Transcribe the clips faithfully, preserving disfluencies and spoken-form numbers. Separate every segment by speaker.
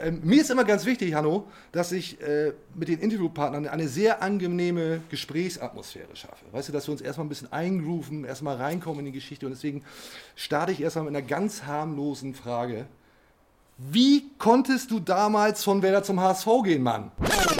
Speaker 1: Ähm, mir ist immer ganz wichtig, Hanno, dass ich äh, mit den Interviewpartnern eine sehr angenehme Gesprächsatmosphäre schaffe. Weißt du, dass wir uns erstmal ein bisschen eingrooven, erstmal reinkommen in die Geschichte. Und deswegen starte ich erstmal mit einer ganz harmlosen Frage. Wie konntest du damals von Werder zum H S V gehen, Mann?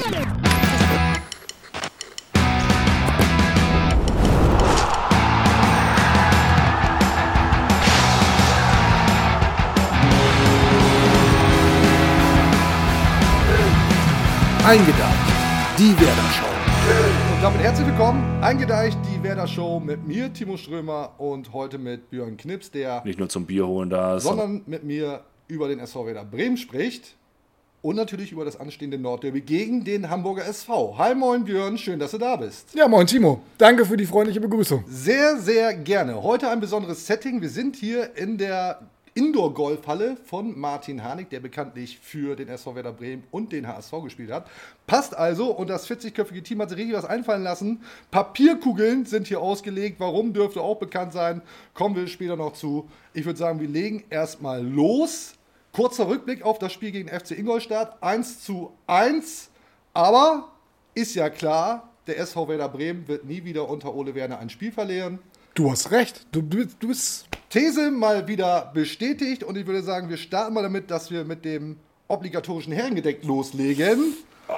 Speaker 1: Eingedeicht, die Werder Show. Und damit herzlich willkommen, Eingedeicht, die Werder Show mit mir, Timo Strömer, und heute mit Björn Knips, der
Speaker 2: nicht nur zum Bier holen da ist,
Speaker 1: sondern mit mir über den S V Werder Bremen spricht und natürlich über das anstehende Nordderby gegen den Hamburger S V. Hi, moin Björn, schön, dass du da bist.
Speaker 3: Ja, moin Timo, danke für die freundliche Begrüßung.
Speaker 1: Sehr, sehr gerne. Heute ein besonderes Setting. Wir sind hier in der Indoor-Golfhalle von Martin Harnik, der bekanntlich für den S V Werder Bremen und den H S V gespielt hat. Passt also, und das vierzigköpfige Team hat sich richtig was einfallen lassen. Papierkugeln sind hier ausgelegt. Warum, dürfte auch bekannt sein. Kommen wir später noch zu. Ich würde sagen, wir legen erstmal los. Kurzer Rückblick auf das Spiel gegen F C Ingolstadt. eins zu eins. Aber ist ja klar, der S V Werder Bremen wird nie wieder unter Ole Werner ein Spiel verlieren.
Speaker 3: Du hast recht. Du, du, du bist...
Speaker 1: These mal wieder bestätigt, und ich würde sagen, wir starten mal damit, dass wir mit dem obligatorischen Herrengedeck loslegen.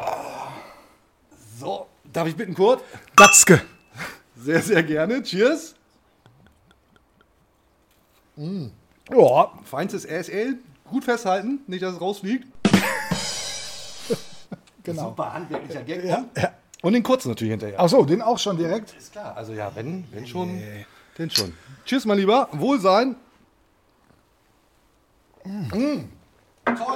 Speaker 1: So, darf ich bitten, Kurt?
Speaker 3: Batzke.
Speaker 1: Sehr, sehr gerne. Cheers.
Speaker 3: Mm. Ja.
Speaker 1: Feinstes R S L. Gut festhalten, nicht, dass es rausfliegt.
Speaker 3: Genau.
Speaker 1: Super handwerklicher Gag.
Speaker 3: Ja, ja.
Speaker 1: Und den kurzen natürlich hinterher.
Speaker 3: Ach so, den auch schon direkt?
Speaker 1: Ist klar, also ja, wenn, wenn schon, nee. Denn schon. Cheers, mein Lieber. Wohlsein.
Speaker 3: Mm. Mm.
Speaker 1: Toll.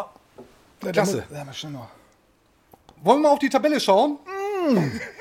Speaker 3: Ja.
Speaker 1: Klasse.
Speaker 3: Ja, mal schon noch.
Speaker 1: Wollen wir mal auf die Tabelle schauen?
Speaker 3: Mm.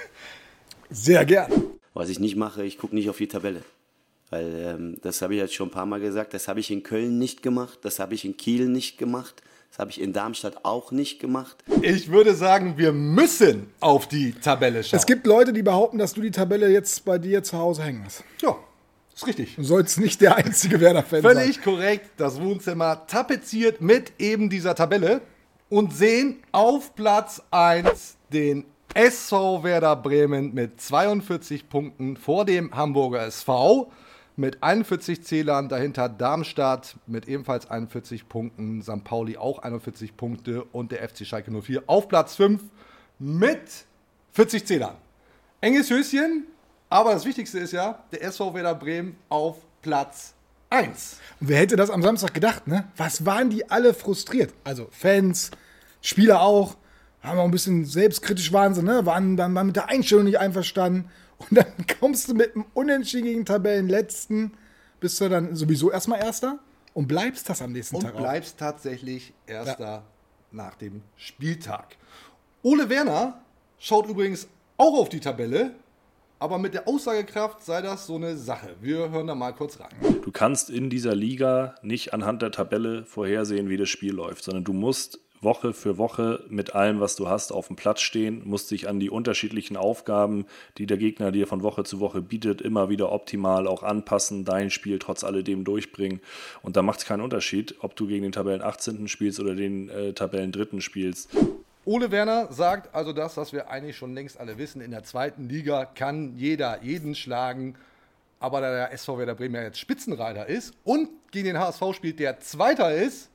Speaker 3: Sehr gern.
Speaker 4: Was ich nicht mache, ich gucke nicht auf die Tabelle. Weil ähm, das habe ich jetzt schon ein paar Mal gesagt, das habe ich in Köln nicht gemacht, das habe ich in Kiel nicht gemacht, das habe ich in Darmstadt auch nicht gemacht.
Speaker 1: Ich würde sagen, wir müssen auf die Tabelle schauen.
Speaker 3: Es gibt Leute, die behaupten, dass du die Tabelle jetzt bei dir zu Hause hängen hast.
Speaker 1: Ja, ist richtig.
Speaker 3: Du sollst nicht der einzige Werder-Fan sein.
Speaker 1: Völlig korrekt, das Wohnzimmer tapeziert mit eben dieser Tabelle und sehen auf Platz eins den S V Werder Bremen mit zweiundvierzig Punkten vor dem Hamburger S V. Mit einundvierzig Zählern, dahinter Darmstadt mit ebenfalls einundvierzig Punkten, Sankt Pauli auch einundvierzig Punkte und der F C Schalke null vier auf Platz fünf mit vierzig Zählern. Enges Höschen, aber das Wichtigste ist ja, der S V Werder Bremen auf Platz eins.
Speaker 3: Und wer hätte das am Samstag gedacht, ne? Was waren die alle frustriert? Also Fans, Spieler auch, haben auch ein bisschen selbstkritisch Wahnsinn, ne? Waren dann mal mit der Einstellung nicht einverstanden. Und dann kommst du mit einem unentschiedenen Tabellenletzten, bist du dann sowieso erstmal Erster und bleibst das am nächsten
Speaker 1: und
Speaker 3: Tag auch.
Speaker 1: Und bleibst tatsächlich Erster ja. nach dem Spieltag. Ole Werner schaut übrigens auch auf die Tabelle, aber mit der Aussagekraft sei das so eine Sache. Wir hören da mal kurz rein.
Speaker 2: Du kannst in dieser Liga nicht anhand der Tabelle vorhersehen, wie das Spiel läuft, sondern du musst Woche für Woche mit allem, was du hast, auf dem Platz stehen, musst dich an die unterschiedlichen Aufgaben, die der Gegner dir von Woche zu Woche bietet, immer wieder optimal auch anpassen, dein Spiel trotz alledem durchbringen. Und da macht es keinen Unterschied, ob du gegen den Tabellen achtzehnten spielst oder den äh, Tabellen dritten spielst.
Speaker 1: Ole Werner sagt also das, was wir eigentlich schon längst alle wissen. In der zweiten Liga kann jeder jeden schlagen. Aber da der S V Werder Bremen ja jetzt Spitzenreiter ist und gegen den H S V spielt, der Zweiter ist,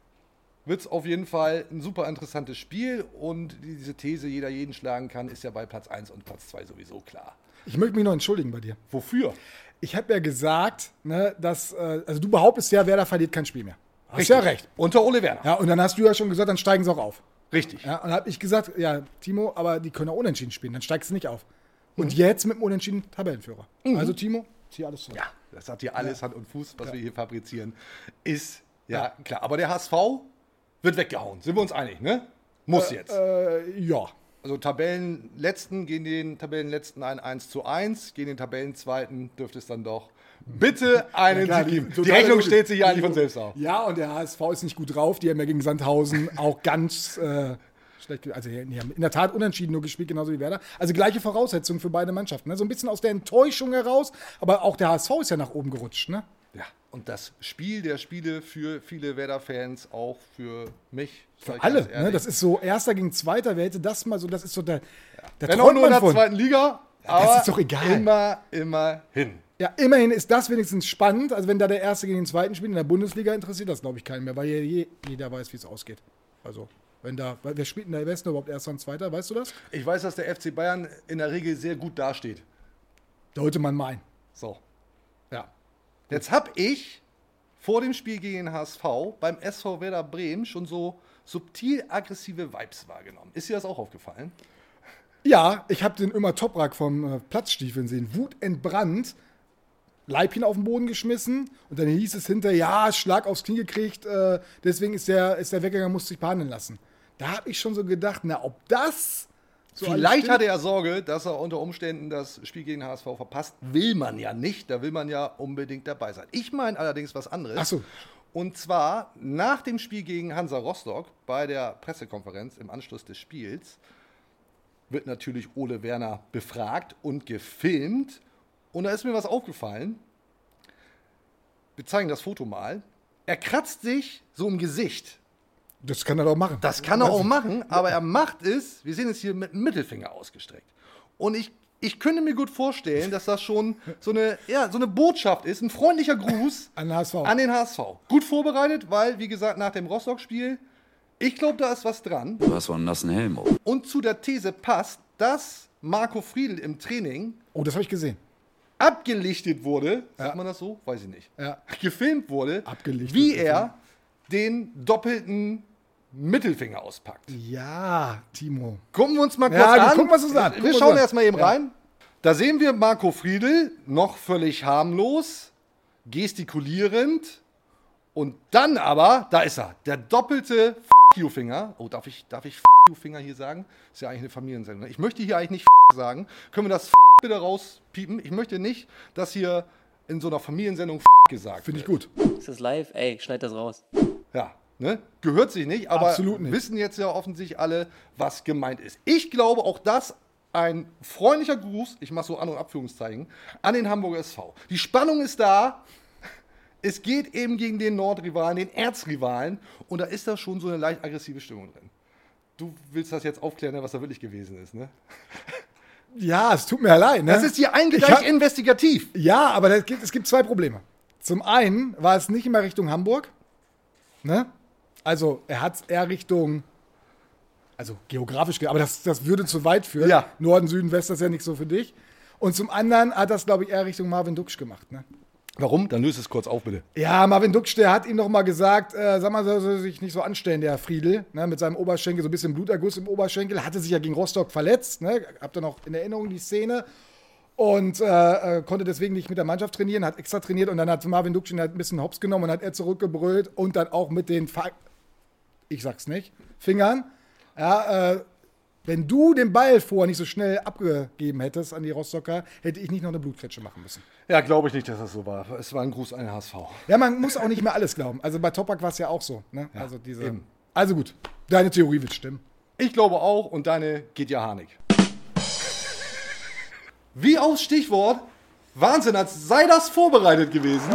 Speaker 1: wird es auf jeden Fall ein super interessantes Spiel. Und diese These, jeder jeden schlagen kann, ist ja bei Platz eins und Platz zwei sowieso klar.
Speaker 3: Ich möchte mich noch entschuldigen bei dir.
Speaker 1: Wofür?
Speaker 3: Ich habe ja gesagt, ne, dass, äh, also du behauptest ja, Werder verliert kein Spiel mehr. Hast
Speaker 1: Richtig.
Speaker 3: ja recht.
Speaker 1: Unter Ole Werner.
Speaker 3: Ja, und dann hast du ja schon gesagt, dann steigen sie auch auf.
Speaker 1: Richtig.
Speaker 3: Ja, und dann habe ich gesagt, ja, Timo, aber die können auch unentschieden spielen, dann steigst du nicht auf. Und mhm. jetzt mit dem unentschieden Tabellenführer. Mhm. Also Timo, zieh alles zurück.
Speaker 1: Ja, das hat hier alles
Speaker 3: ja.
Speaker 1: Hand und Fuß, was
Speaker 3: ja.
Speaker 1: wir hier fabrizieren. Ist, ja, ja, klar. Aber der H S V wird weggehauen. Sind wir uns einig, ne? Muss
Speaker 3: äh,
Speaker 1: jetzt.
Speaker 3: Äh, ja.
Speaker 1: Also Tabellenletzten gehen den Tabellenletzten ein eins zu eins, gegen den Tabellenzweiten dürfte es dann doch bitte einen
Speaker 3: ja,
Speaker 1: Sieg geben. Die
Speaker 3: Total
Speaker 1: Rechnung
Speaker 3: logisch.
Speaker 1: steht sich ja eigentlich von selbst auf.
Speaker 3: Ja, und der H S V ist nicht gut drauf. Die haben ja gegen Sandhausen auch ganz äh, schlecht, also die haben in der Tat unentschieden nur gespielt, genauso wie Werder. Also gleiche Voraussetzungen für beide Mannschaften. Ne? So ein bisschen aus der Enttäuschung heraus, aber auch der H S V ist ja nach oben gerutscht. Ne?
Speaker 1: Ja, und das Spiel der Spiele für viele Werder-Fans, auch für mich.
Speaker 3: Für alle, ne? Das ist so Erster gegen Zweiter, wer hätte das mal so, das ist so der, der
Speaker 1: Wenn auch nur in der
Speaker 3: von.
Speaker 1: zweiten Liga, aber
Speaker 3: das ist doch egal.
Speaker 1: immer, immer hin.
Speaker 3: Ja, immerhin ist das wenigstens spannend, also wenn da der Erste gegen den Zweiten spielt in der Bundesliga, interessiert das, glaube ich, keinen mehr, weil je, je, jeder weiß, wie es ausgeht. Also, wenn da, wer spielt in der Westen überhaupt Erster und Zweiter, weißt du das?
Speaker 1: Ich weiß, dass der F C Bayern in der Regel sehr gut dasteht.
Speaker 3: Sollte man meinen.
Speaker 1: So. Ja. Jetzt habe ich vor dem Spiel gegen den H S V beim S V Werder Bremen schon so subtil aggressive Vibes wahrgenommen. Ist dir das auch aufgefallen?
Speaker 3: Ja, ich habe den immer Toprak vom äh, Platzstiefeln sehen. Wutentbrannt, Leibchen auf den Boden geschmissen und dann hieß es hinterher, ja, Schlag aufs Knie gekriegt, äh, deswegen ist der, ist der weggegangen, musste sich behandeln lassen. Da habe ich schon so gedacht, na, ob das so
Speaker 1: Vielleicht hatte er Sorge, dass er unter Umständen das Spiel gegen den H S V verpasst. Will man ja nicht, da will man ja unbedingt dabei sein. Ich meine allerdings was anderes.
Speaker 3: Ach so.
Speaker 1: Und zwar nach dem Spiel gegen Hansa Rostock bei der Pressekonferenz im Anschluss des Spiels wird natürlich Ole Werner befragt und gefilmt. Und da ist mir was aufgefallen. Wir zeigen das Foto mal. Er kratzt sich so im Gesicht.
Speaker 3: Das kann er doch machen.
Speaker 1: Das kann er auch machen, aber er macht es, wir sehen es hier, mit dem Mittelfinger ausgestreckt. Und ich, ich könnte mir gut vorstellen, dass das schon so eine, ja, so eine Botschaft ist, ein freundlicher Gruß
Speaker 3: An den H S V.
Speaker 1: an den H S V. Gut vorbereitet, weil, wie gesagt, nach dem Rostock-Spiel, ich glaube, da ist was dran.
Speaker 5: Du hast so einen nassen Helm.
Speaker 1: Und zu der These passt, dass Marco Friedl im Training
Speaker 3: Oh, das habe ich gesehen.
Speaker 1: abgelichtet wurde, sagt man das so? Weiß ich nicht.
Speaker 3: Ja.
Speaker 1: Gefilmt wurde,
Speaker 3: Abgelichtet,
Speaker 1: wie
Speaker 3: gefilmt.
Speaker 1: er den doppelten Mittelfinger auspackt.
Speaker 3: Ja, Timo.
Speaker 1: Gucken wir uns mal kurz
Speaker 3: Ja,
Speaker 1: an.
Speaker 3: gucken wir uns das an.
Speaker 1: Wir
Speaker 3: Gucken wir
Speaker 1: schauen
Speaker 3: uns
Speaker 1: erst mal eben
Speaker 3: Ja.
Speaker 1: rein. Da sehen wir Marco Friedl, noch völlig harmlos, gestikulierend. Und dann aber, da ist er, der doppelte F***you-Finger. Oh, darf ich, darf ich F***you-Finger hier sagen? Ist ja eigentlich eine Familiensendung. Ich möchte hier eigentlich nicht F*** sagen. Können wir das F*** bitte rauspiepen? Ich möchte nicht, dass hier in so einer Familiensendung F*** gesagt
Speaker 3: Finde ich
Speaker 1: wird.
Speaker 3: gut.
Speaker 6: Ist das live? Ey, schneid das raus.
Speaker 1: Ja, ne? Gehört sich nicht, aber
Speaker 3: Absolut nicht.
Speaker 1: wissen jetzt ja offensichtlich alle, was gemeint ist. Ich glaube auch das ein freundlicher Gruß, ich mache so An- und Abführungszeichen, an den Hamburger S V. Die Spannung ist da. Es geht eben gegen den Nordrivalen, den Erzrivalen. Und da ist da schon so eine leicht aggressive Stimmung drin. Du willst das jetzt aufklären, was da wirklich gewesen ist, ne?
Speaker 3: Ja, es tut mir leid. Ne?
Speaker 1: Das ist hier
Speaker 3: Ich
Speaker 1: eingereicht
Speaker 3: hab-
Speaker 1: investigativ.
Speaker 3: Ja, aber das gibt, es gibt zwei Probleme. Zum einen war es nicht immer Richtung Hamburg. Ne? Also er hat es eher Richtung, also geografisch, ge- aber das, das würde zu weit führen.
Speaker 1: Ja.
Speaker 3: Norden, Süden, West, das ist ja nicht so für dich. Und zum anderen hat das, glaube ich, eher Richtung Marvin Duksch gemacht. Ne?
Speaker 1: Warum? Dann löse es kurz auf, bitte.
Speaker 3: Ja, Marvin Duksch, der hat ihm noch mal gesagt, äh, sag mal, soll er sich nicht so anstellen, der Friedl, ne, mit seinem Oberschenkel, so ein bisschen Bluterguss im Oberschenkel, hatte sich ja gegen Rostock verletzt, ne, habt ihr noch in Erinnerung die Szene und äh, äh, konnte deswegen nicht mit der Mannschaft trainieren, hat extra trainiert und dann hat Marvin Duksch ihn halt ein bisschen hops genommen und hat er zurückgebrüllt und dann auch mit den, Fa- ich sag's nicht, Fingern, ja, äh, wenn du den Ball vorher nicht so schnell abgegeben hättest an die Rostocker, hätte ich nicht noch eine Blutkretsche machen müssen.
Speaker 1: Ja, glaube ich nicht, dass das so war. Es war ein Gruß an den H S V.
Speaker 3: Ja, man muss auch nicht mehr alles glauben. Also bei Topak war es ja auch so. Ne?
Speaker 1: Ja,
Speaker 3: also, diese,
Speaker 1: eben.
Speaker 3: also gut, deine Theorie wird stimmen.
Speaker 1: Ich glaube auch und deine geht ja Harnik. Wie aus Stichwort Wahnsinn, als sei das vorbereitet gewesen.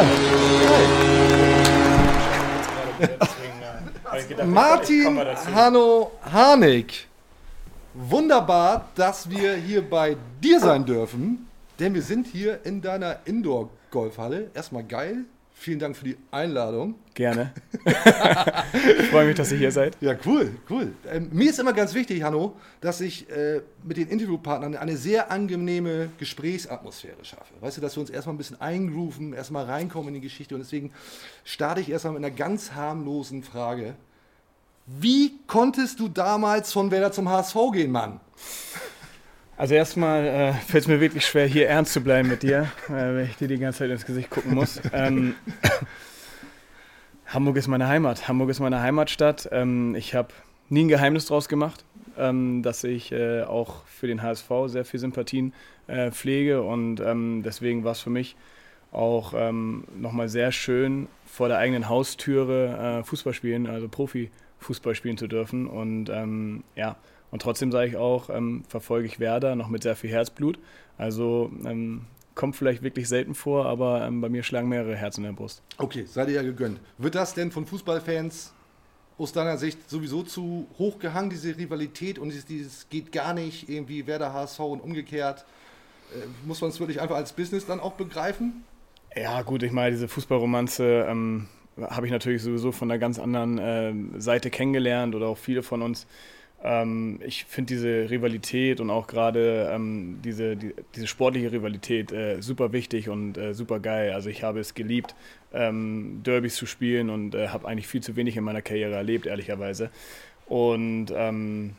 Speaker 1: Martin Hanno Harnik. Wunderbar, dass wir hier bei dir sein dürfen, denn wir sind hier in deiner Indoor-Golfhalle. Erstmal geil. Vielen Dank für die Einladung.
Speaker 7: Gerne. Ich freue mich, dass ihr hier seid.
Speaker 1: Ja, cool, cool. Ähm, mir ist immer ganz wichtig, Hanno, dass ich äh, mit den Interviewpartnern eine sehr angenehme Gesprächsatmosphäre schaffe. Weißt du, dass wir uns erstmal ein bisschen eingrooven, erstmal reinkommen in die Geschichte. Und deswegen starte ich erstmal mit einer ganz harmlosen Frage. Wie konntest du damals von Werder zum H S V gehen, Mann?
Speaker 7: Also erstmal äh, fällt es mir wirklich schwer, hier ernst zu bleiben mit dir, äh, wenn ich dir die ganze Zeit ins Gesicht gucken muss. Ähm, Hamburg ist meine Heimat. Hamburg ist meine Heimatstadt. Ähm, ich habe nie ein Geheimnis draus gemacht, ähm, dass ich äh, auch für den H S V sehr viel Sympathien äh, pflege. Und ähm, deswegen war es für mich auch ähm, nochmal sehr schön, vor der eigenen Haustüre äh, Fußball spielen, also Profifußball spielen zu dürfen. Und ähm, ja, und trotzdem sage ich auch, ähm, verfolge ich Werder noch mit sehr viel Herzblut. Also ähm, kommt vielleicht wirklich selten vor, aber ähm, bei mir schlagen mehrere Herzen in der Brust.
Speaker 1: Okay, seid ihr ja gegönnt. Wird das denn von Fußballfans aus deiner Sicht sowieso zu hoch gehangen, diese Rivalität und dieses, dieses geht gar nicht, irgendwie Werder H S V und umgekehrt? Äh, muss man es wirklich einfach als Business dann auch begreifen?
Speaker 7: Ja gut, ich meine, diese Fußballromanze ähm, habe ich natürlich sowieso von einer ganz anderen äh, Seite kennengelernt oder auch viele von uns. Ähm, ich finde diese Rivalität und auch gerade ähm, diese, die, diese sportliche Rivalität äh, super wichtig und äh, super geil. Also ich habe es geliebt, ähm, Derbys zu spielen und äh, habe eigentlich viel zu wenig in meiner Karriere erlebt, ehrlicherweise. Und ähm,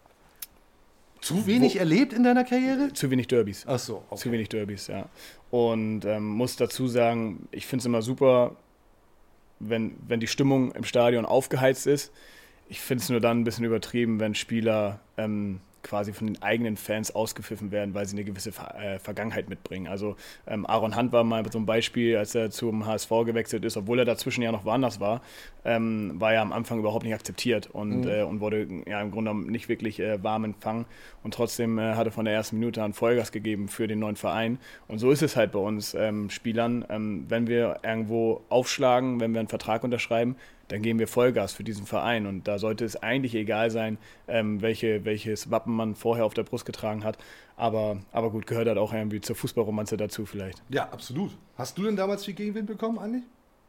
Speaker 1: Zu wenig
Speaker 7: Wo-
Speaker 1: erlebt in deiner Karriere?
Speaker 7: zu wenig Derbys.
Speaker 1: Ach so, okay.
Speaker 7: Zu wenig Derbys, ja. Und ähm, muss dazu sagen, ich finde es immer super, wenn, wenn die Stimmung im Stadion aufgeheizt ist. Ich finde es nur dann ein bisschen übertrieben, wenn Spieler ähm, quasi von den eigenen Fans ausgepfiffen werden, weil sie eine gewisse Ver äh, Vergangenheit mitbringen. Also ähm, Aaron Hunt war mal so ein Beispiel, als er zum H S V gewechselt ist, obwohl er dazwischen ja noch woanders war, ähm, war er am Anfang überhaupt nicht akzeptiert und, mhm. äh, und wurde ja im Grunde genommen nicht wirklich äh, warm empfangen. Und trotzdem äh, hat er von der ersten Minute an Vollgas gegeben für den neuen Verein. Und so ist es halt bei uns ähm, Spielern. Ähm, wenn wir irgendwo aufschlagen, wenn wir einen Vertrag unterschreiben, dann geben wir Vollgas für diesen Verein. Und da sollte es eigentlich egal sein, ähm, welche, welches Wappen man vorher auf der Brust getragen hat. Aber, aber gut, gehört halt auch irgendwie zur Fußballromanze dazu vielleicht.
Speaker 1: Ja, absolut. Hast du denn damals viel Gegenwind bekommen eigentlich?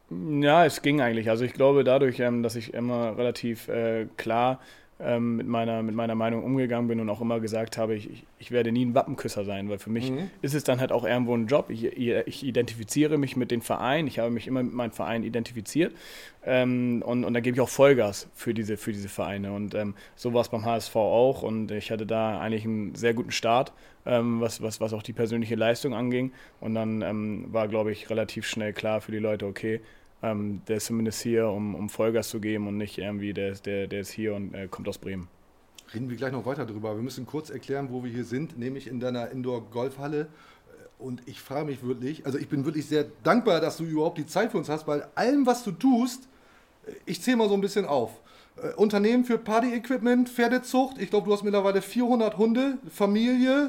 Speaker 7: Ja, es ging eigentlich. Also ich glaube dadurch, ähm, dass ich immer relativ äh, klar ähm, mit, meiner, mit meiner Meinung umgegangen bin und auch immer gesagt habe, ich, ich, ich werde nie ein Wappenküsser sein, weil für mich
Speaker 1: Mhm.
Speaker 7: ist es dann halt auch irgendwo ein Job. Ich, ich identifiziere mich mit dem Verein, ich habe mich immer mit meinem Verein identifiziert ähm, und, und da gebe ich auch Vollgas für diese, für diese Vereine und ähm, so war es beim H S V auch und ich hatte da eigentlich einen sehr guten Start, ähm, was, was, was auch die persönliche Leistung anging und dann ähm, war, glaube ich, relativ schnell klar für die Leute, okay, Ähm, der ist zumindest hier, um, um Vollgas zu geben und nicht irgendwie, der, ist- der, der ist hier und äh, kommt aus Bremen.
Speaker 1: Reden wir gleich noch weiter drüber. Wir müssen kurz erklären, wo wir hier sind, nämlich in deiner Indoor-Golfhalle. Und ich frage mich wirklich, also ich bin wirklich sehr dankbar, dass du überhaupt die Zeit für uns hast, weil allem, was du tust, ich zähle mal so ein bisschen auf. Äh, Unternehmen für Party-Equipment, Pferdezucht, ich glaube, du hast mittlerweile vierhundert Hunde, Familie,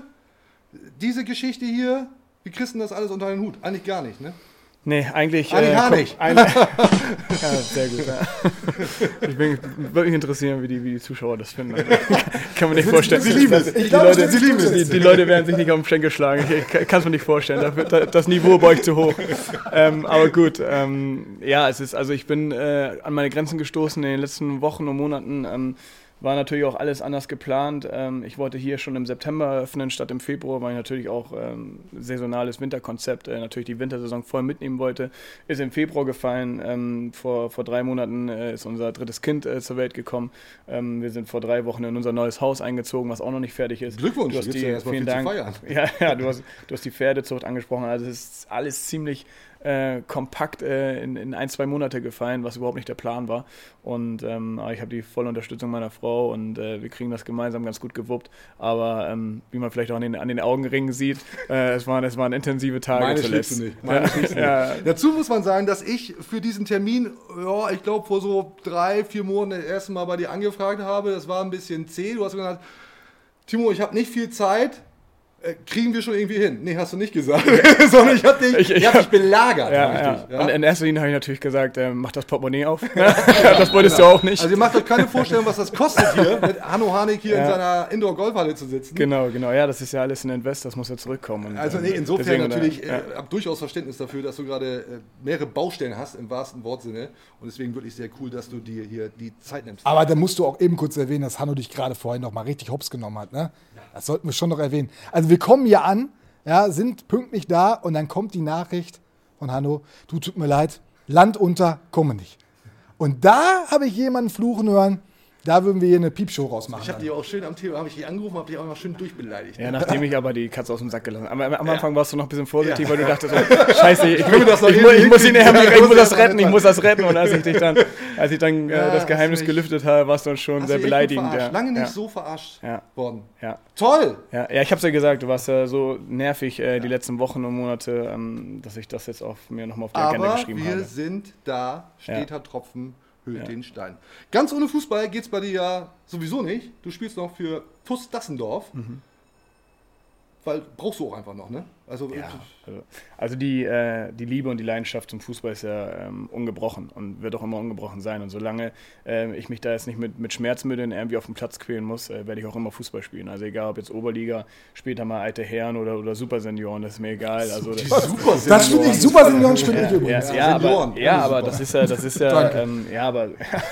Speaker 1: diese Geschichte hier, wie kriegst du das alles unter den Hut? Eigentlich gar nicht, ne?
Speaker 7: Nee, eigentlich.
Speaker 1: Eigentlich gar
Speaker 7: kommt
Speaker 1: nicht.
Speaker 7: Ein, ja, sehr gut. Ja. Ich bin wirklich interessiert, wie die, wie die Zuschauer das finden. Also, kann man nicht vorstellen.
Speaker 1: Sie lieben es.
Speaker 7: Die,
Speaker 1: Ich glaube,
Speaker 7: Leute,
Speaker 1: sie lieben es.
Speaker 7: die, die Leute werden sich nicht auf den Schenkel schlagen. Ich kann es mir nicht vorstellen. Da wird, da, das Niveau bei euch zu hoch. Ähm, aber gut. Ähm, ja, es ist, also ich bin äh, an meine Grenzen gestoßen in den letzten Wochen und Monaten. Ähm, War natürlich auch alles anders geplant. Ähm, ich wollte hier schon im September eröffnen statt im Februar, weil ich natürlich auch ähm, saisonales Winterkonzept, äh, natürlich die Wintersaison voll mitnehmen wollte. Ist im Februar gefallen. Ähm, vor, vor drei Monaten äh, ist unser drittes Kind äh, zur Welt gekommen. Ähm, wir sind vor drei Wochen in unser neues Haus eingezogen, was auch noch nicht fertig ist.
Speaker 1: Glückwunsch,
Speaker 7: Du hast
Speaker 1: gibt's
Speaker 7: die,
Speaker 1: ja erstmal
Speaker 7: vielen
Speaker 1: viel zu
Speaker 7: Dank.
Speaker 1: feiern.
Speaker 7: Ja, ja du, hast, du hast die Pferdezucht angesprochen. Also es ist alles ziemlich äh, kompakt äh, in, in ein, zwei Monate gefallen, was überhaupt nicht der Plan war. Und ähm, aber ich habe die volle Unterstützung meiner Frau und äh, wir kriegen das gemeinsam ganz gut gewuppt. Aber ähm, wie man vielleicht auch an den, an den Augenringen sieht, äh, es, waren, es waren intensive Tage
Speaker 1: Meine
Speaker 7: zuletzt.
Speaker 1: schlägst du nicht. Meine schlägst du nicht.
Speaker 7: Ja.
Speaker 1: Dazu muss man sagen, dass ich für diesen Termin, ja, ich glaube vor so drei, vier Monaten das erste Mal bei dir angefragt habe. Das war ein bisschen zäh. Du hast gesagt, Timo, ich habe nicht viel Zeit. Äh, Kriegen wir schon irgendwie hin? Nee, hast du nicht gesagt. Sondern ich habe dich,
Speaker 7: Ich- ich
Speaker 1: ich hab dich belagert.
Speaker 7: Ja,
Speaker 1: richtig,
Speaker 7: ja. Und in erster Linie habe ich natürlich gesagt, äh, mach das Portemonnaie auf. Das wolltest du auch nicht.
Speaker 1: Also ihr macht euch keine Vorstellung, was das kostet hier, mit Hanno Harnik hier in
Speaker 7: Ja.
Speaker 1: seiner Indoor-Golfhalle zu sitzen.
Speaker 7: Genau, genau. Ja, das ist ja alles ein Invest, das muss ja zurückkommen. Und,
Speaker 1: Also
Speaker 7: ähm,
Speaker 1: nee, insofern
Speaker 7: deswegen,
Speaker 1: natürlich,
Speaker 7: äh, ja.
Speaker 1: äh, habe durchaus Verständnis dafür, dass du gerade äh, mehrere Baustellen hast, im wahrsten Wortsinne. Und deswegen wirklich sehr cool, dass du dir hier die Zeit nimmst.
Speaker 3: Aber da musst du auch eben kurz erwähnen, dass Hanno dich gerade vorhin noch mal richtig hops genommen hat. Ne? Das sollten wir schon noch erwähnen. Also wir kommen hier an, ja, sind pünktlich da und dann kommt die Nachricht von Hanno, du, tut mir leid, Land unter, komme nicht. Und da habe ich jemanden fluchen hören, da würden wir hier eine Piepshow rausmachen.
Speaker 1: Ich habe dich auch schön am Thema, habe ich dich angerufen, habe dich auch noch schön durchbeleidigt.
Speaker 7: Ja, nachdem ich aber die Katze aus dem Sack gelassen habe. Am, am Anfang warst du noch ein bisschen vorsichtig,
Speaker 1: Ja.
Speaker 7: weil du dachtest, so, scheiße, ich,
Speaker 1: will das noch
Speaker 7: ich, mu- ich,
Speaker 1: irgendwie
Speaker 7: muss ihn
Speaker 1: hinkriegen.
Speaker 7: ich,
Speaker 1: Ja,
Speaker 7: muss das
Speaker 1: muss
Speaker 7: retten,
Speaker 1: ja
Speaker 7: ich muss das retten. Und als ich dich dann, als ich dann
Speaker 1: Ja,
Speaker 7: äh, das
Speaker 1: hast
Speaker 7: Geheimnis
Speaker 1: mich-
Speaker 7: gelüftet habe, warst du dann schon
Speaker 1: Hast
Speaker 7: sehr
Speaker 1: dich echt gut
Speaker 7: beleidigend.
Speaker 1: verarscht.
Speaker 7: Ja.
Speaker 1: Lange nicht
Speaker 7: ja.
Speaker 1: so verarscht
Speaker 7: Ja.
Speaker 1: worden.
Speaker 7: Ja.
Speaker 1: Toll!
Speaker 7: Ja, ja, ich habe es ja gesagt, du warst ja so nervig äh, die letzten Wochen und Monate, ähm, dass ich das jetzt auf mir nochmal auf die Agenda
Speaker 1: Aber
Speaker 7: geschrieben
Speaker 1: wir
Speaker 7: habe.
Speaker 1: sind da, steter
Speaker 7: Ja.
Speaker 1: Tropfen höhlt
Speaker 7: Ja.
Speaker 1: den Stein. Ganz ohne Fußball geht's bei dir ja sowieso nicht. Du spielst noch für T U S Dassendorf.
Speaker 7: Mhm.
Speaker 1: weil brauchst du auch einfach noch, ne? Also,
Speaker 7: Ja, also, also die, äh, die Liebe und die Leidenschaft zum Fußball ist ja ähm, ungebrochen und wird auch immer ungebrochen sein. Und solange äh, ich mich da jetzt nicht mit, mit Schmerzmitteln irgendwie auf dem Platz quälen muss, äh, werde ich auch immer Fußball spielen. Also egal, ob jetzt Oberliga, später mal alte Herren oder, oder Supersenioren, das ist mir egal. Also das,
Speaker 1: Super
Speaker 3: Das finde ich, Super Senioren spiele ich
Speaker 7: ja,
Speaker 3: übrigens.
Speaker 7: ja, ja,
Speaker 1: Senioren,
Speaker 7: aber, ja,
Speaker 1: alles
Speaker 7: aber
Speaker 1: super.
Speaker 7: das ist ja, das ist ja,
Speaker 3: Danke.
Speaker 7: ähm, ja, aber,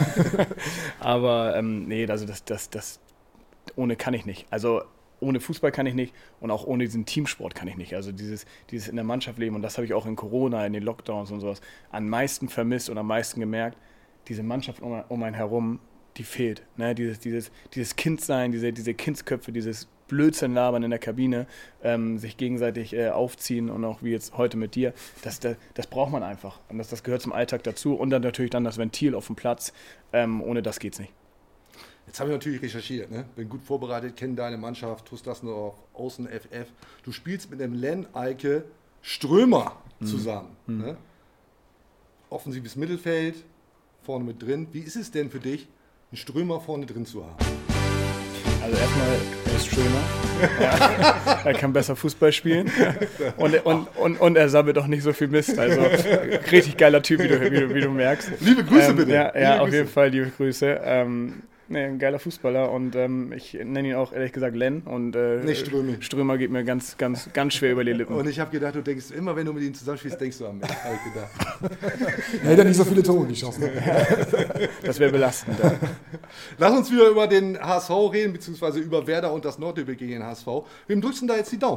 Speaker 7: aber ähm, nee, also das, das, das, ohne kann ich nicht. Also ohne Fußball kann ich nicht und auch ohne diesen Teamsport kann ich nicht. Also dieses, dieses in der Mannschaft leben und das habe ich auch in Corona, in den Lockdowns und sowas am meisten vermisst und am meisten gemerkt, diese Mannschaft um, um einen herum, die fehlt. Ne? Dieses, dieses, dieses Kindsein, diese, diese Kindsköpfe, dieses Blödsinn labern in der Kabine, ähm, sich gegenseitig äh, aufziehen und auch wie jetzt heute mit dir, das, das, das braucht man einfach. Und das, das gehört zum Alltag dazu und dann natürlich dann das Ventil auf dem Platz. Ähm, ohne das geht's nicht.
Speaker 1: Jetzt habe ich natürlich recherchiert, ne? Bin gut vorbereitet, kenne deine Mannschaft, tust das nur auf Außen F F. Du spielst mit dem Len Eike Strömer zusammen.
Speaker 7: Mhm.
Speaker 1: Ne? Offensives Mittelfeld, vorne mit drin. Wie ist es denn für dich, einen Strömer vorne drin zu haben?
Speaker 7: Also erstmal, er ist schöner. Ja, er kann besser Fußball spielen. Und, und, und, und er sammelt auch nicht so viel Mist. Also richtig geiler Typ, wie du, wie du, wie du merkst.
Speaker 1: Liebe Grüße
Speaker 7: ähm,
Speaker 1: bitte.
Speaker 7: Ja,
Speaker 1: Liebe
Speaker 7: ja auf
Speaker 1: Grüße.
Speaker 7: jeden Fall liebe Grüße. Ähm, nee, ein geiler Fußballer und ähm, ich nenne ihn auch ehrlich gesagt Len. Und äh,
Speaker 1: Nicht Strömi.
Speaker 7: Strömer geht mir ganz, ganz, ganz schwer über die Lippen.
Speaker 1: Und ich habe gedacht, du denkst immer, wenn du mit ihm zusammenspielst, denkst du an mich. Habe ich gedacht.
Speaker 3: Er hätte ja nicht so viele Tore geschossen.
Speaker 7: Das wäre belastend. Ja.
Speaker 1: Lass uns wieder über den H S V reden, beziehungsweise über Werder und das Nordderby gegen den H S V. Wem drückst du denn da jetzt die Daumen?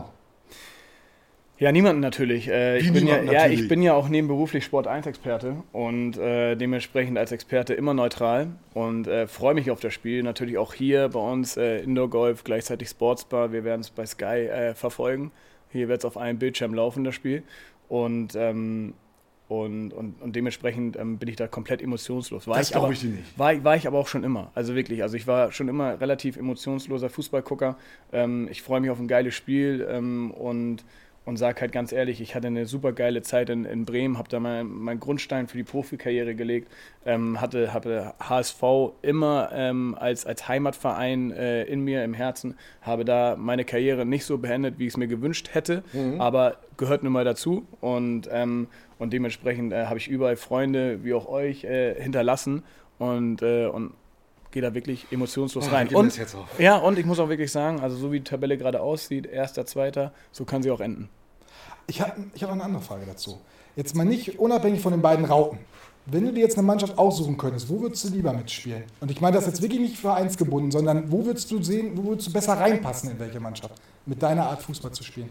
Speaker 7: Ja, niemanden natürlich. Äh, ich,
Speaker 1: Wie
Speaker 7: bin ja,
Speaker 1: niemanden
Speaker 7: ja,
Speaker 1: natürlich?
Speaker 7: ich bin ja auch nebenberuflich Sport eins Experte und äh, dementsprechend als Experte immer neutral und äh, freue mich auf das Spiel. Natürlich auch hier bei uns äh, Indoor Golf, gleichzeitig Sportsbar. Wir werden es bei Sky äh, verfolgen. Hier wird es auf einem Bildschirm laufen, das Spiel. Und, ähm, und, und, und dementsprechend ähm, bin ich da komplett emotionslos. War
Speaker 1: Das
Speaker 7: ich aber-
Speaker 1: glaub ich dir nicht.
Speaker 7: War, war ich aber auch schon immer. Also wirklich, also ich war schon immer relativ emotionsloser Fußballgucker. Ähm, ich freue mich auf ein geiles Spiel ähm, und Und sage halt ganz ehrlich, ich hatte eine super geile Zeit in, in Bremen, habe da meinen mein Grundstein für die Profikarriere gelegt, ähm, hatte, hatte H S V immer ähm, als, als Heimatverein äh, in mir, im Herzen, habe da meine Karriere nicht so beendet, wie ich es mir gewünscht hätte,
Speaker 1: Mhm.
Speaker 7: aber gehört nun mal dazu und, ähm, und dementsprechend äh, habe ich überall Freunde, wie auch euch, äh, hinterlassen und, äh, und gehe da wirklich emotionslos
Speaker 1: Ach,
Speaker 7: rein.
Speaker 1: gib mir
Speaker 7: Und,
Speaker 1: das jetzt auf.
Speaker 7: ja, und ich muss auch wirklich sagen, also so wie die Tabelle gerade aussieht, erster, zweiter, so kann sie auch enden.
Speaker 3: Ich habe ich hab eine andere Frage dazu. Jetzt mal nicht unabhängig von den beiden Rauten. Wenn du dir jetzt eine Mannschaft aussuchen könntest, wo würdest du lieber mitspielen? Und ich meine das jetzt wirklich nicht vereinsgebunden, sondern wo würdest du sehen, wo würdest du besser reinpassen in welche Mannschaft? Mit deiner Art Fußball zu spielen.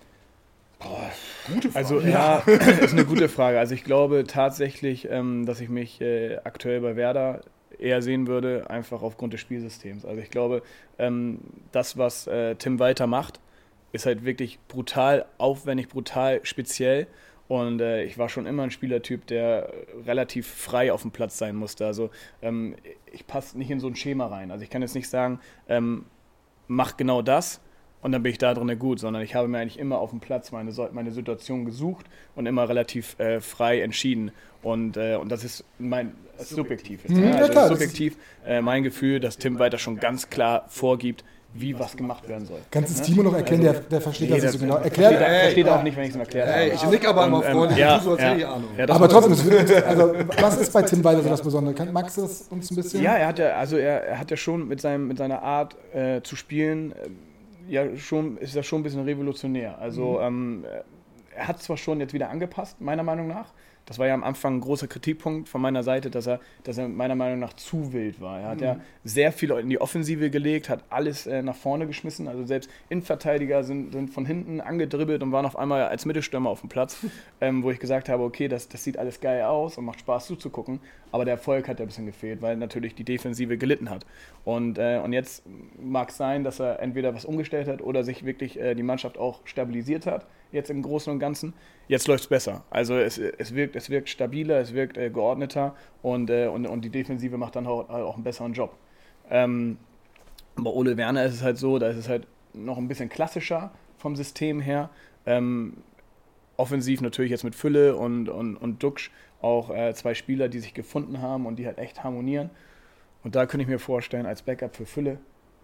Speaker 1: Gute Frage.
Speaker 7: Also ja, ist eine gute Frage. Also ich glaube tatsächlich, ähm, dass ich mich äh, aktuell bei Werder eher sehen würde, einfach aufgrund des Spielsystems. Also ich glaube, ähm, das, was äh, Tim Walter macht, ist halt wirklich brutal aufwendig, brutal speziell. Und äh, ich war schon immer ein Spielertyp, der relativ frei auf dem Platz sein musste. Also ähm, ich passe nicht in so ein Schema rein. Also ich kann jetzt nicht sagen, ähm, mach genau das und dann bin ich da drin gut, sondern ich habe mir eigentlich immer auf dem Platz meine, So- meine Situation gesucht und immer relativ äh, frei entschieden. Und, äh, und das ist mein das ist subjektiv. Jetzt,
Speaker 3: Mhm,
Speaker 7: ja,
Speaker 3: ja
Speaker 7: also
Speaker 3: klar,
Speaker 7: das ist
Speaker 3: das
Speaker 7: subjektiv äh, mein Gefühl, dass Tim Walter schon ganz klar vorgibt, wie was gemacht werden soll.
Speaker 3: Kannst du es Timo noch erklären? Der, der versteht
Speaker 7: Nee,
Speaker 3: das nicht
Speaker 7: der
Speaker 3: so genau.
Speaker 7: versteht,
Speaker 3: Erklärt,
Speaker 7: er- versteht auch nicht, wenn ich es ihm erklärt habe.
Speaker 1: Ey, ich nick aber immer
Speaker 7: Und, ähm,
Speaker 1: freundlich,
Speaker 7: ja,
Speaker 1: du so, als
Speaker 7: ja.
Speaker 1: hätte ich Ahnung.
Speaker 7: Ja, das
Speaker 3: aber
Speaker 7: war-
Speaker 3: trotzdem, es würde, also, was ist bei Tim Walter so das Besondere? Kann, magst du das uns ein bisschen?
Speaker 7: Ja, er hat ja, also er, er hat ja schon mit, seinem, mit seiner Art äh, zu spielen, äh, ja schon, ist ja schon ein bisschen revolutionär. Also ähm, er hat zwar schon jetzt wieder angepasst, meiner Meinung nach. Das war ja am Anfang ein großer Kritikpunkt von meiner Seite, dass er, dass er meiner Meinung nach zu wild war. Er hat ja sehr viel in die Offensive gelegt, hat alles äh, nach vorne geschmissen. Also selbst Innenverteidiger sind, sind von hinten angedribbelt und waren auf einmal als Mittelstürmer auf dem Platz, ähm, wo ich gesagt habe, okay, das, das sieht alles geil aus und macht Spaß zuzugucken. Aber der Erfolg hat ja ein bisschen gefehlt, weil natürlich die Defensive gelitten hat. Und, äh, und jetzt mag es sein, dass er entweder was umgestellt hat oder sich wirklich äh, die Mannschaft auch stabilisiert hat, jetzt im Großen und Ganzen. Jetzt läuft es besser. Also es, es, wirkt, es wirkt stabiler, es wirkt äh, geordneter und, äh, und, und die Defensive macht dann auch, auch einen besseren Job. Ähm, bei Ole Werner ist es halt so, da ist es halt noch ein bisschen klassischer vom System her. Ähm, offensiv natürlich jetzt mit Fülle und, und, und Duxch auch äh, zwei Spieler, die sich gefunden haben und die halt echt harmonieren. Und da könnte ich mir vorstellen, als Backup für Fülle,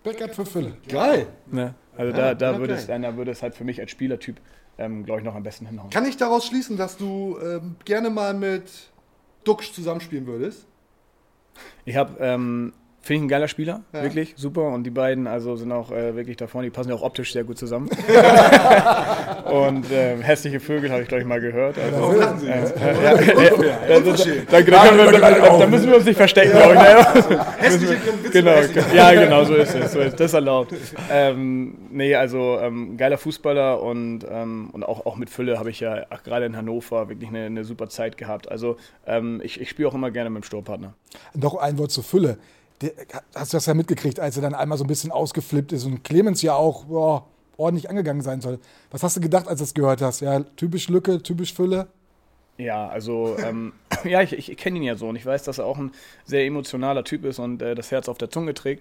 Speaker 3: Backup für Fülle.
Speaker 1: Geil.
Speaker 7: Ne? Also
Speaker 1: Ja,
Speaker 7: da, da,
Speaker 1: ja,
Speaker 7: würde
Speaker 1: geil.
Speaker 7: es, da würde es halt für mich als Spielertyp, ähm, glaube ich, noch am besten hinhauen.
Speaker 1: Kann ich daraus schließen, dass du ähm, gerne mal mit Duxch zusammenspielen würdest?
Speaker 7: Ich habe, ähm, finde ich ein geiler Spieler,
Speaker 1: Ja.
Speaker 7: wirklich super. Und die beiden also sind auch äh, wirklich da vorne, die passen ja auch optisch sehr gut zusammen. Und äh, hässliche Vögel habe ich, glaube ich, mal gehört. Also,
Speaker 1: Warum lachen Sie jetzt?
Speaker 7: ja, ja, ja,
Speaker 1: Unverschämt.
Speaker 7: da, da, können wir, da, da, da müssen wir uns nicht verstecken, glaube ich. Ne?
Speaker 1: Hässliche können Witze
Speaker 7: Genau,
Speaker 1: hässlich machen.
Speaker 7: ja, genau, so ist es. So ist, das ist erlaubt. Ähm, nee, also ähm, geiler Fußballer und, ähm, und auch, auch mit Fülle habe ich ja ach, gerade in Hannover wirklich eine, eine super Zeit gehabt. Also ähm, ich, ich spiele auch immer gerne mit dem Sturmpartner.
Speaker 3: Noch ein Wort zur Fülle. Der, hast du das ja mitgekriegt, als er dann einmal so ein bisschen ausgeflippt ist und Clemens ja auch boah, ordentlich angegangen sein soll. Was hast du gedacht, als du das gehört hast? Ja, typisch Lücke, typisch Fülle.
Speaker 7: Ja, also ähm, ja, ich, ich kenne ihn ja so und ich weiß, dass er auch ein sehr emotionaler Typ ist und äh, das Herz auf der Zunge trägt.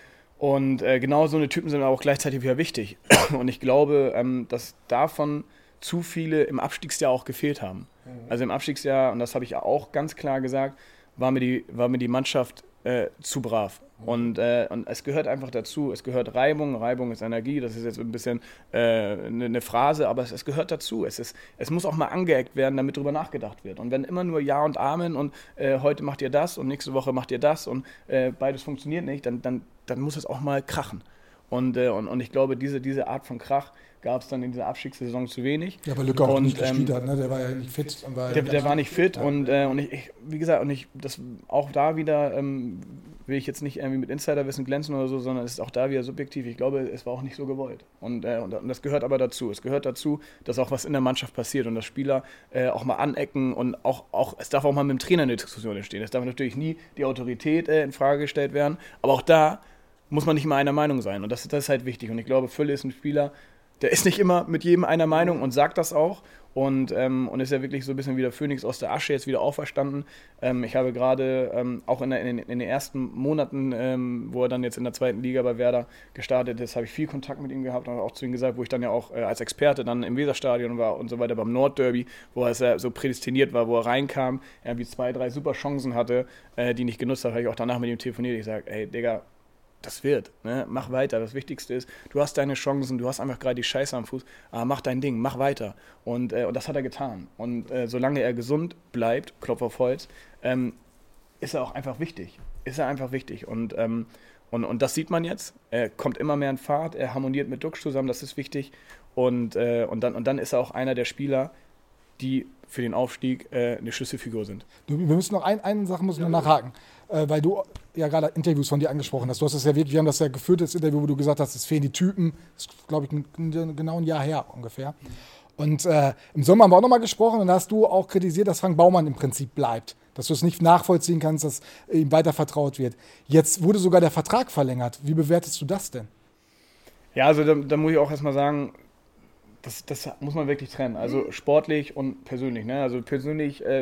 Speaker 7: Und äh, genau so eine Typen sind aber auch gleichzeitig wieder wichtig. Und ich glaube, ähm, dass davon zu viele im Abstiegsjahr auch gefehlt haben. Also im Abstiegsjahr, und das habe ich auch ganz klar gesagt, war mir die, war mir die Mannschaft äh, zu brav. Und, äh, und es gehört einfach dazu, es gehört Reibung, Reibung ist Energie, das ist jetzt ein bisschen äh, eine, eine Phrase, aber es, es gehört dazu. Es, ist, es muss auch mal angeeckt werden, damit drüber nachgedacht wird. Und wenn immer nur Ja und Amen und äh, heute macht ihr das und nächste Woche macht ihr das und äh, beides funktioniert nicht, dann, dann, dann muss es auch mal krachen. Und, äh, und, und ich glaube, diese, diese Art von Krach gab es dann in dieser Abstiegssaison zu wenig.
Speaker 3: Ja, weil Lücke auch
Speaker 7: Und,
Speaker 3: nicht gespielt
Speaker 7: ähm,
Speaker 3: hat, ne? Der war ja nicht fit. Und war
Speaker 7: Der,
Speaker 3: ja
Speaker 7: der war nicht fit und, äh, und ich, ich, wie gesagt, und ich, das auch da wieder ähm, will ich jetzt nicht irgendwie mit Insiderwissen glänzen oder so, sondern es ist auch da wieder subjektiv. Ich glaube, es war auch nicht so gewollt. Und, äh, und, und das gehört aber dazu. Es gehört dazu, dass auch was in der Mannschaft passiert und dass Spieler äh, auch mal anecken und auch, auch, es darf auch mal mit dem Trainer eine Diskussion entstehen. Es darf natürlich nie die Autorität äh, in Frage gestellt werden, aber auch da muss man nicht immer einer Meinung sein und das, das ist halt wichtig. Und ich glaube, Fülle ist ein Spieler, der ist nicht immer mit jedem einer Meinung und sagt das auch. Und, ähm, und ist ja wirklich so ein bisschen wie der Phönix aus der Asche jetzt wieder auferstanden. Ähm, ich habe gerade ähm, auch in, der, in, den, in den ersten Monaten, ähm, wo er dann jetzt in der zweiten Liga bei Werder gestartet ist, habe ich viel Kontakt mit ihm gehabt und auch zu ihm gesagt, wo ich dann ja auch äh, als Experte dann im Weserstadion war und so weiter beim Nordderby, wo er ja so prädestiniert war, wo er reinkam, irgendwie zwei, drei super Chancen hatte, äh, die nicht genutzt hat, habe ich auch danach mit ihm telefoniert. Ich sage, ey Digga, das wird, ne? Mach weiter. Das Wichtigste ist, du hast deine Chancen, du hast einfach gerade die Scheiße am Fuß, aber mach dein Ding, mach weiter. Und, äh, und das hat er getan. Und äh, solange er gesund bleibt, Klopf auf Holz, ähm, ist er auch einfach wichtig. Ist er einfach wichtig. Und, ähm, und, und das sieht man jetzt. Er kommt immer mehr in Fahrt, er harmoniert mit Duxch zusammen, das ist wichtig. Und, äh, und, dann, und dann ist er auch einer der Spieler, die für den Aufstieg äh, eine Schlüsselfigur sind.
Speaker 3: Du, wir müssen noch ein, eine Sache muss ich noch nachhaken, äh, weil du ja gerade Interviews von dir angesprochen hast. Du hast das ja wirklich, wir haben das ja geführt, das Interview, wo du gesagt hast, es fehlen die Typen. Das ist, glaube ich, ein, ein, genau ein Jahr her ungefähr. Und äh, im Sommer haben wir auch nochmal gesprochen und da hast du auch kritisiert, dass Frank Baumann im Prinzip bleibt. Dass du es nicht nachvollziehen kannst, dass ihm weiter vertraut wird. Jetzt wurde sogar der Vertrag verlängert. Wie bewertest du das denn?
Speaker 7: Ja, also da, da muss ich auch erstmal sagen, Das, das muss man wirklich trennen. Also sportlich und persönlich. Ne? Also persönlich äh,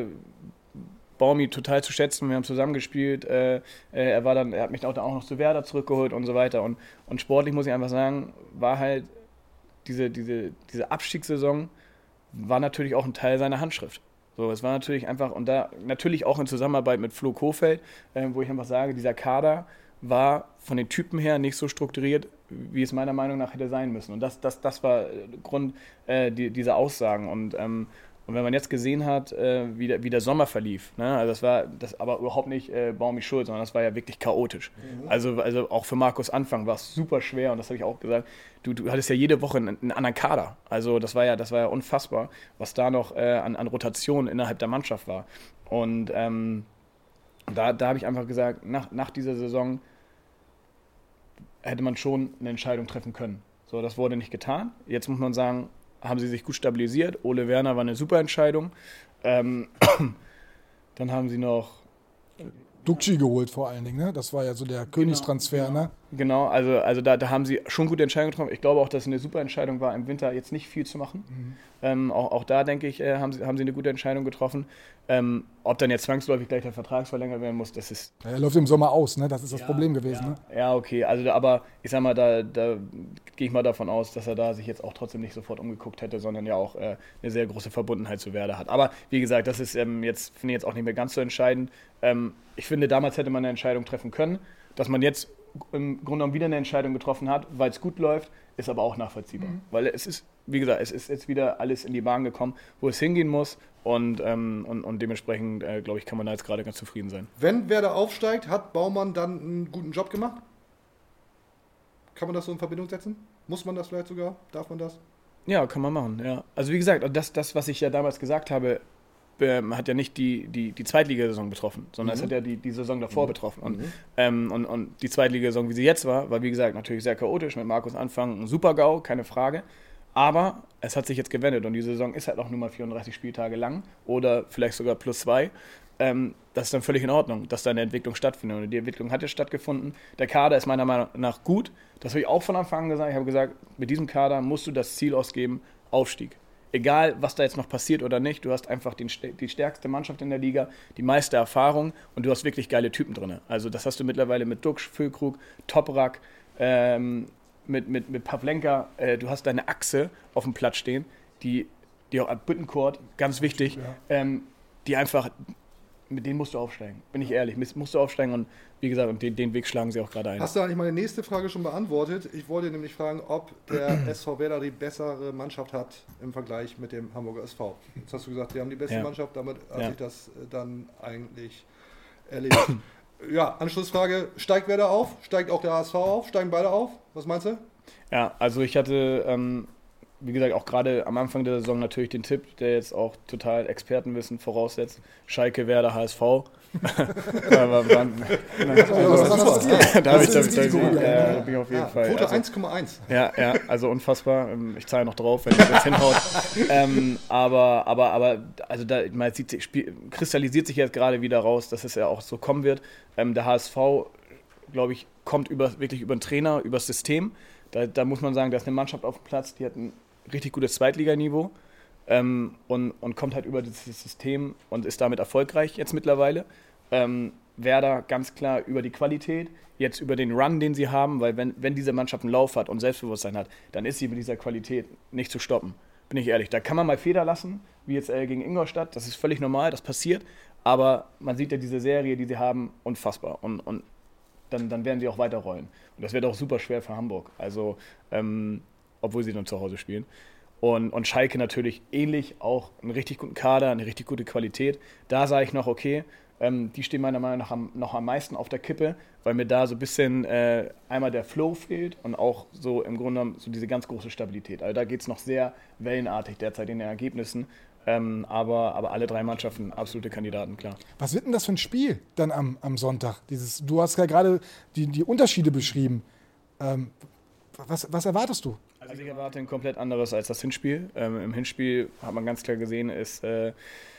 Speaker 7: Baumi total zu schätzen. Wir haben zusammengespielt. Äh, äh, er war dann, er hat mich auch, dann auch noch zu Werder zurückgeholt und so weiter. Und, und sportlich muss ich einfach sagen, war halt diese, diese, diese Abstiegssaison war natürlich auch ein Teil seiner Handschrift. So, es war natürlich einfach, und da natürlich auch in Zusammenarbeit mit Flo Kohfeldt, äh, wo ich einfach sage, dieser Kader war von den Typen her nicht so strukturiert, wie es meiner Meinung nach hätte sein müssen. Und das, das, das war Grund äh, die, dieser Aussagen. Und, ähm, und wenn man jetzt gesehen hat, äh, wie, der, wie der Sommer verlief, ne? Also das war das aber überhaupt nicht äh, Baumi schuld, sondern das war ja wirklich chaotisch. Mhm. Also, also auch für Markus Anfang war es super schwer und das habe ich auch gesagt. Du, du hattest ja jede Woche einen, einen anderen Kader. Also das war ja, das war ja unfassbar, was da noch äh, an, an Rotation innerhalb der Mannschaft war. Und ähm, da, da habe ich einfach gesagt, nach, nach dieser Saison hätte man schon eine Entscheidung treffen können. So, das wurde nicht getan. Jetzt muss man sagen, haben sie sich gut stabilisiert. Ole Werner war eine super Entscheidung. Ähm, dann haben sie noch
Speaker 3: Duxch geholt vor allen Dingen, ne? Das war ja so der Königstransfer,
Speaker 7: genau,
Speaker 3: ne?
Speaker 7: Genau, also, also da, da haben sie schon gute Entscheidungen getroffen. Ich glaube auch, dass es eine super Entscheidung war, im Winter jetzt nicht viel zu machen. Mhm. Ähm, auch, auch da, denke ich, äh, haben, sie, haben sie eine gute Entscheidung getroffen. Ähm, ob dann jetzt zwangsläufig gleich der Vertrag verlängert werden muss, das ist...
Speaker 3: Ja, er läuft im Sommer aus, ne? Das ist das
Speaker 7: ja,
Speaker 3: Problem gewesen,
Speaker 7: ja,
Speaker 3: ne?
Speaker 7: Ja, okay, also aber ich sag mal, da, da gehe ich mal davon aus, dass er da sich jetzt auch trotzdem nicht sofort umgeguckt hätte, sondern ja auch äh, eine sehr große Verbundenheit zu Werder hat. Aber wie gesagt, das ist ähm, jetzt, finde ich jetzt auch nicht mehr ganz so entscheidend. Ähm, ich finde, damals hätte man eine Entscheidung treffen können. Dass man jetzt im Grunde genommen wieder eine Entscheidung getroffen hat, weil es gut läuft, ist aber auch nachvollziehbar. Mhm. Weil es ist, wie gesagt, es ist jetzt wieder alles in die Bahn gekommen, wo es hingehen muss und, ähm, und, und dementsprechend, äh, glaube ich, kann man da jetzt gerade ganz zufrieden sein.
Speaker 1: Wenn Werder aufsteigt, hat Baumann dann einen guten Job gemacht? Kann man das so in Verbindung setzen? Muss man das vielleicht sogar? Darf man das?
Speaker 7: Ja, kann man machen, ja. Also wie gesagt, das, das was ich ja damals gesagt habe, ähm, hat ja nicht die, die, die Zweitligasaison betroffen, sondern mhm. es hat ja die, die Saison davor mhm. betroffen. Und, mhm. ähm, und, und die Zweitligasaison, wie sie jetzt war, war wie gesagt natürlich sehr chaotisch, mit Markus Anfang ein Super-GAU, keine Frage. Aber es hat sich jetzt gewendet und die Saison ist halt auch nur mal vierunddreißig Spieltage lang oder vielleicht sogar plus zwei. Ähm, das ist dann völlig in Ordnung, dass da eine Entwicklung stattfindet. Und die Entwicklung hat jetzt stattgefunden. Der Kader ist meiner Meinung nach gut. Das habe ich auch von Anfang an gesagt. Ich habe gesagt, mit diesem Kader musst du das Ziel ausgeben, Aufstieg. Egal, was da jetzt noch passiert oder nicht, du hast einfach den, die stärkste Mannschaft in der Liga, die meiste Erfahrung und du hast wirklich geile Typen drin. Also das hast du mittlerweile mit Duxch, Füllkrug, Toprak, ähm, mit, mit, mit Pavlenka. Äh, du hast deine Achse auf dem Platz stehen, die, die auch Büttencourt, ganz wichtig, ja. ähm, die einfach... Mit denen musst du aufsteigen, bin ich ehrlich. Musst du aufsteigen und wie gesagt, den, den Weg schlagen sie auch gerade ein.
Speaker 1: Hast du eigentlich meine nächste Frage schon beantwortet? Ich wollte nämlich fragen, ob der S V Werder die bessere Mannschaft hat im Vergleich mit dem Hamburger S V. Jetzt hast du gesagt, die haben die beste ja. Mannschaft, damit hat ja. sich das dann eigentlich erledigt. Ja, Anschlussfrage, steigt Werder auf? Steigt auch der H S V auf? Steigen beide auf? Was meinst du?
Speaker 7: Ja, also ich hatte... Ähm wie gesagt, auch gerade am Anfang der Saison natürlich den Tipp, der jetzt auch total Expertenwissen voraussetzt. Schalke, Werder, H S V. Da war, waren, also, da habe ich, da, da, da, da bin ich auf jeden ja, Fall.
Speaker 1: Quote
Speaker 7: also,
Speaker 1: eins Komma eins.
Speaker 7: Ja, ja, also unfassbar. Ich zahle noch drauf, wenn ich das hinhaut. ähm, aber, aber, aber, also da, man sieht, Spiel, kristallisiert sich jetzt gerade wieder raus, dass es ja auch so kommen wird. Ähm, der H S V, glaube ich, kommt über, wirklich über den Trainer, über das System. Da, da muss man sagen, da ist eine Mannschaft auf dem Platz, die hat ein richtig gutes Zweitliganiveau ähm, und, und kommt halt über dieses System und ist damit erfolgreich jetzt mittlerweile. Ähm, Werder ganz klar über die Qualität, jetzt über den Run, den sie haben, weil wenn, wenn diese Mannschaft einen Lauf hat und Selbstbewusstsein hat, dann ist sie mit dieser Qualität nicht zu stoppen. Bin ich ehrlich. Da kann man mal Feder lassen, wie jetzt äh, gegen Ingolstadt, das ist völlig normal, das passiert, aber man sieht ja diese Serie, die sie haben, unfassbar und, und dann, dann werden sie auch weiterrollen. Und das wird auch super schwer für Hamburg, also ähm, obwohl sie dann zu Hause spielen. Und, und Schalke natürlich ähnlich, auch einen richtig guten Kader, eine richtig gute Qualität. Da sage ich noch, okay, ähm, die stehen meiner Meinung nach am, noch am meisten auf der Kippe, weil mir da so ein bisschen äh, einmal der Flow fehlt und auch so im Grunde genommen so diese ganz große Stabilität. Also da geht es noch sehr wellenartig derzeit in den Ergebnissen. Ähm, aber, aber alle drei Mannschaften absolute Kandidaten, klar.
Speaker 3: Was wird denn das für ein Spiel dann am, am Sonntag? Dieses, du hast ja gerade die, die Unterschiede beschrieben. Ähm, was, was erwartest du?
Speaker 7: Also ich erwarte ein komplett anderes als das Hinspiel. Ähm, Im Hinspiel hat man ganz klar gesehen, ist äh,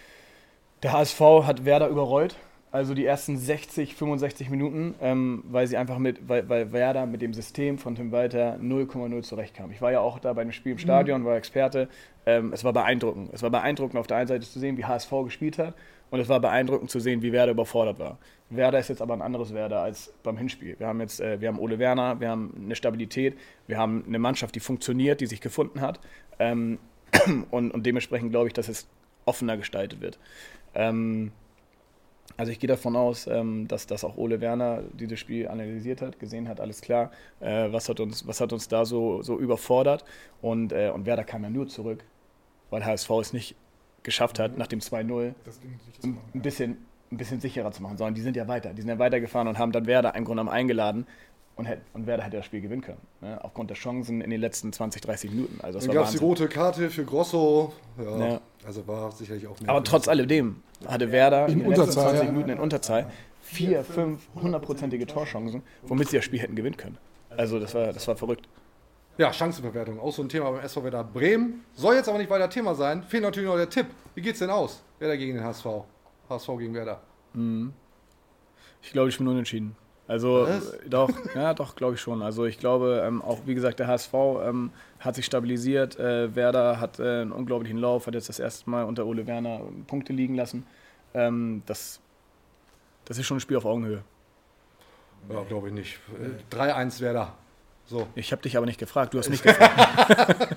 Speaker 7: der H S V hat Werder überrollt. Also die ersten sechzig, fünfundsechzig Minuten, ähm, weil sie einfach mit, weil, weil Werder mit dem System von Tim Walter null Komma null zurechtkam. Ich war ja auch da bei dem Spiel im Stadion, war Experte. Ähm, es war beeindruckend. Es war beeindruckend auf der einen Seite zu sehen, wie H S V gespielt hat und es war beeindruckend zu sehen, wie Werder überfordert war. Werder ist jetzt aber ein anderes Werder als beim Hinspiel. Wir haben jetzt, äh, wir haben Ole Werner, wir haben eine Stabilität, wir haben eine Mannschaft, die funktioniert, die sich gefunden hat ähm, und, und dementsprechend glaube ich, dass es offener gestaltet wird. Ähm, Also ich gehe davon aus, ähm, dass, dass auch Ole Werner dieses Spiel analysiert hat, gesehen hat, alles klar, äh, was hat uns, was hat uns da so, so überfordert und, äh, und Werder kam ja nur zurück, weil H S V es nicht geschafft hat, nach dem zwei null ein, ein, bisschen, ein bisschen sicherer zu machen, sondern die sind ja weiter, die sind ja weitergefahren und haben dann Werder im Grunde genommen eingeladen und, hätte, und Werder hätte das Spiel gewinnen können, ne? Aufgrund der Chancen in den letzten zwanzig, dreißig Minuten. Also
Speaker 1: dann gab es die rote Karte für Grosso, ja, ja. Also war sicherlich auch mehr.
Speaker 7: Aber trotz alledem hatte Werder in, in den letzten zwanzig ja. Minuten in Unterzahl vier, fünf hundertprozentige Torchancen, womit sie das Spiel hätten gewinnen können. Also das war, das war verrückt.
Speaker 1: Ja, Chancenverwertung, auch so ein Thema beim S V Werder Bremen. Soll jetzt aber nicht weiter Thema sein. Fehlt natürlich noch der Tipp. Wie geht's denn aus? Werder gegen den H S V. H S V gegen Werder.
Speaker 7: Mhm. Ich glaube, ich bin unentschieden. Also Was? doch, ja, doch, glaube ich schon. Also ich glaube, ähm, auch wie gesagt, der H S V ähm, hat sich stabilisiert. Äh, Werder hat äh, einen unglaublichen Lauf, hat jetzt das erste Mal unter Ole Werner Punkte liegen lassen. Ähm, das, das ist schon ein Spiel auf Augenhöhe.
Speaker 1: Ja, glaube ich nicht. drei eins Werder. So.
Speaker 7: Ich habe dich aber nicht gefragt, du hast mich gefragt.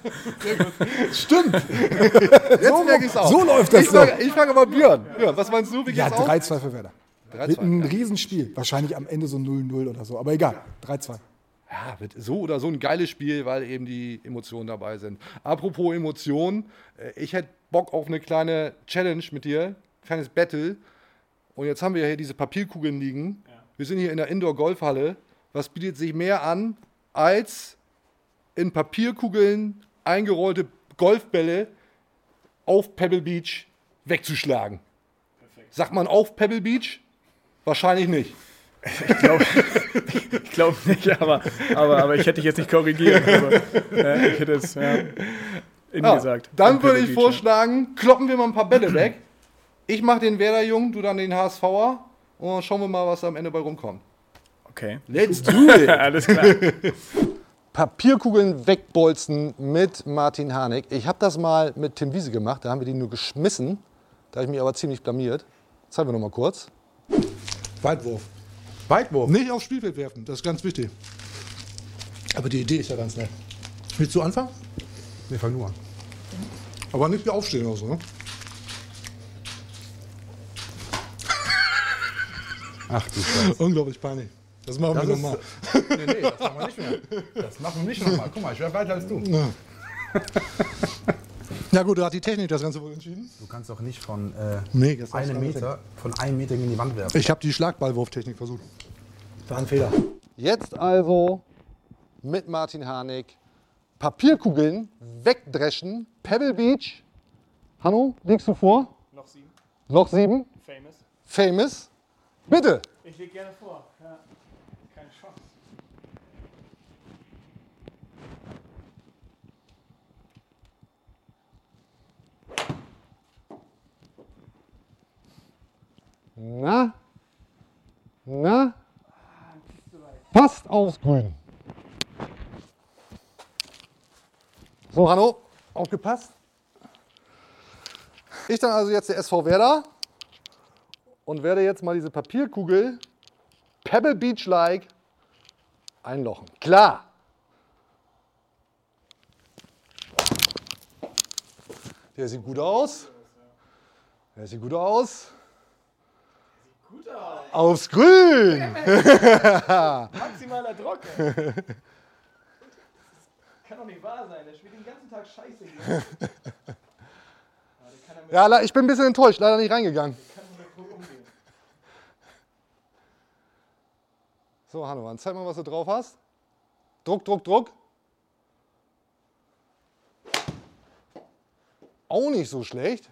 Speaker 1: Stimmt. Jetzt
Speaker 3: so,
Speaker 1: merke ich es auch.
Speaker 3: So läuft das.
Speaker 1: Ich frage, ich frage mal Björn. Björn, was meinst du? Wie
Speaker 3: ja,
Speaker 1: geht's
Speaker 3: drei zwei für Werder.
Speaker 1: drei
Speaker 3: Wird
Speaker 1: zwei.
Speaker 3: ein
Speaker 1: Ja.
Speaker 3: Riesenspiel. Wahrscheinlich am Ende so null null oder so. Aber egal. drei zwei.
Speaker 1: Ja, wird so oder so ein geiles Spiel, weil eben die Emotionen dabei sind. Apropos Emotionen, äh, ich hätte Bock auf eine kleine Challenge mit dir, kleines Battle. Und jetzt haben wir hier diese Papierkugeln liegen. Ja. Wir sind hier in der Indoor-Golfhalle. Was bietet sich mehr an, als in Papierkugeln eingerollte Golfbälle auf Pebble Beach wegzuschlagen? Perfekt. Sagt man auf Pebble Beach? Wahrscheinlich nicht.
Speaker 7: Ich glaube ich glaub nicht, aber, aber, aber ich hätte dich jetzt nicht korrigiert. Aber, äh, ich hätte es ja, innen
Speaker 1: Ja,
Speaker 7: gesagt.
Speaker 1: dann würde ich vorschlagen, kloppen wir mal ein paar Bälle weg. Ich mache den Werder-Jungen, du dann den HSVer. Und dann schauen wir mal, was da am Ende bei rumkommt.
Speaker 7: Okay.
Speaker 1: Let's do it!
Speaker 7: Alles klar.
Speaker 1: Papierkugeln wegbolzen mit Martin Harnik. Ich habe das mal mit Tim Wiese gemacht, da haben wir die nur geschmissen. Da habe ich mich aber ziemlich blamiert. Zeigen wir noch mal kurz.
Speaker 5: Weitwurf.
Speaker 1: Weitwurf.
Speaker 5: Nicht aufs Spielfeld werfen, das ist ganz wichtig. Aber die Idee ist ja ganz nett. Willst du anfangen?
Speaker 1: Nee, fang nur an.
Speaker 5: Aber nicht wie aufstehen oder so, ne?
Speaker 1: Ach du Scheiße.
Speaker 5: Unglaublich peinlich. Das machen
Speaker 1: Das
Speaker 5: wir
Speaker 1: ist-
Speaker 5: nochmal.
Speaker 1: Nee, nee, das machen wir nicht mehr. Das machen wir nicht nochmal. Guck mal, ich wäre weiter als du.
Speaker 5: Ja gut, da hat die Technik das Ganze wohl entschieden.
Speaker 8: Du kannst doch nicht von äh,
Speaker 5: Nee, das
Speaker 8: einem Meter, von einem Meter gegen die Wand werfen.
Speaker 5: Ich habe die Schlagballwurftechnik versucht.
Speaker 3: War ein Fehler.
Speaker 1: Jetzt also mit Martin Harnik Papierkugeln wegdreschen. Pebble Beach. Hanno, liegst du vor?
Speaker 7: Noch sieben.
Speaker 1: Noch sieben.
Speaker 7: Famous.
Speaker 1: Famous. Bitte.
Speaker 7: Ich leg gerne vor. Ja. Keine Chance.
Speaker 1: Na? Na? Passt aufs Grün. So, Hanno, aufgepasst. Ich dann also jetzt der S V Werder und werde jetzt mal diese Papierkugel Pebble Beach-like einlochen. Klar. Der sieht gut aus. Der sieht gut aus.
Speaker 7: Gut aus.
Speaker 1: Aufs Grün!
Speaker 7: Maximaler Druck. Ey. Kann doch nicht wahr sein. Der spielt den ganzen Tag Scheiße hier.
Speaker 1: Ja, le- ich bin ein bisschen enttäuscht, leider nicht reingegangen.
Speaker 7: Kann mit Druck umgehen.
Speaker 1: So, Hanno, dann zeig mal, was du drauf hast. Druck, Druck, Druck. Auch nicht so schlecht.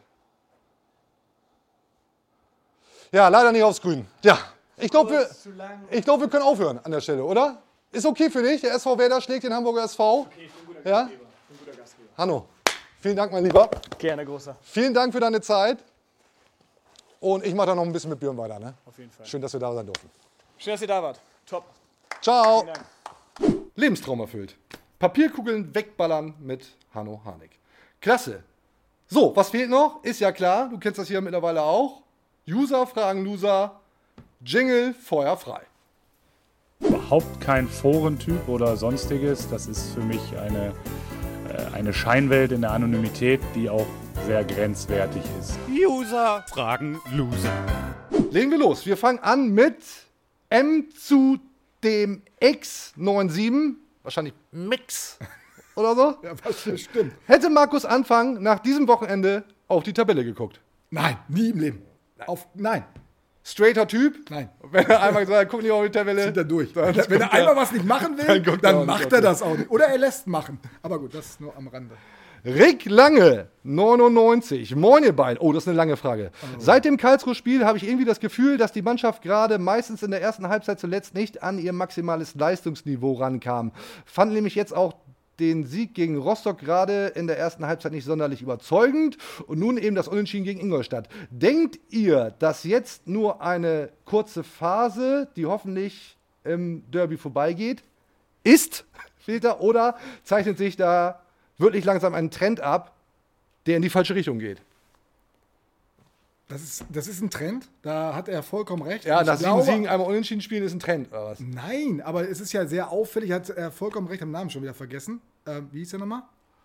Speaker 1: Ja, leider nicht aufs Grün. Ja, ich glaube, wir,
Speaker 7: Zu lang.
Speaker 1: ich glaub, wir können aufhören an der Stelle, oder? Ist okay für dich? Der S V Werder schlägt den Hamburger S V.
Speaker 7: Okay, ich bin ein guter
Speaker 1: Ja?
Speaker 7: Gastgeber. Ich bin ein guter Gastgeber.
Speaker 1: Hanno, vielen Dank, mein Lieber.
Speaker 7: Gerne, Großer.
Speaker 1: Vielen Dank für deine Zeit. Und ich mache da noch ein bisschen mit Björn weiter. Ne?
Speaker 7: Auf jeden Fall.
Speaker 1: Schön, dass wir da sein durften.
Speaker 7: Schön, dass ihr da wart. Top.
Speaker 1: Ciao.
Speaker 7: Vielen Dank.
Speaker 1: Lebenstraum erfüllt. Papierkugeln wegballern mit Hanno Harnik. Klasse. So, was fehlt noch? Ist ja klar, du kennst das hier mittlerweile auch. User fragen Loser. Jingle, Feuer frei.
Speaker 9: Überhaupt kein Forentyp oder sonstiges. Das ist für mich eine, äh, eine Scheinwelt in der Anonymität, die auch sehr grenzwertig ist.
Speaker 10: User fragen Loser.
Speaker 1: Legen wir los. Wir fangen an mit M zu dem X siebenundneunzig. Wahrscheinlich Mix oder so.
Speaker 3: Ja, was für stimmt.
Speaker 1: Hätte Markus Anfang nach diesem Wochenende auf die Tabelle geguckt.
Speaker 3: Nein, nie im Leben. Auf, nein,
Speaker 1: Straighter Typ.
Speaker 3: nein.
Speaker 1: Wenn er einmal gesagt hat, guck nicht auf die Tabelle.
Speaker 3: Zieht er durch.
Speaker 1: Dann
Speaker 3: Wenn
Speaker 1: kommt
Speaker 3: er einmal was nicht machen will,
Speaker 1: Dann kommt er auch
Speaker 3: dann
Speaker 1: nicht
Speaker 3: macht
Speaker 1: auf
Speaker 3: er
Speaker 1: die-
Speaker 3: das auch nicht. Oder er lässt machen. Aber gut, das ist nur am Rande.
Speaker 1: Rick Lange, neunundneunzig. Moin ihr beiden. Oh, das ist eine lange Frage. Seit dem Karlsruhe-Spiel habe ich irgendwie das Gefühl, dass die Mannschaft gerade meistens in der ersten Halbzeit zuletzt nicht an ihr maximales Leistungsniveau rankam. Fand nämlich jetzt auch den Sieg gegen Rostock gerade in der ersten Halbzeit nicht sonderlich überzeugend und nun eben das Unentschieden gegen Ingolstadt. Denkt ihr, dass jetzt nur eine kurze Phase, die hoffentlich im Derby vorbeigeht, ist, fehlt da, oder zeichnet sich da wirklich langsam ein Trend ab, der in die falsche Richtung geht?
Speaker 3: Das ist, das ist ein Trend, da hat er vollkommen recht.
Speaker 1: Ja,
Speaker 3: Ich
Speaker 1: nach sieben
Speaker 3: glaube-
Speaker 1: Siegen einmal Unentschieden spielen ist ein Trend, oder was?
Speaker 3: Nein, aber es ist ja sehr auffällig, hat er vollkommen recht, am Namen schon wieder vergessen. Ähm, wie hieß der nochmal?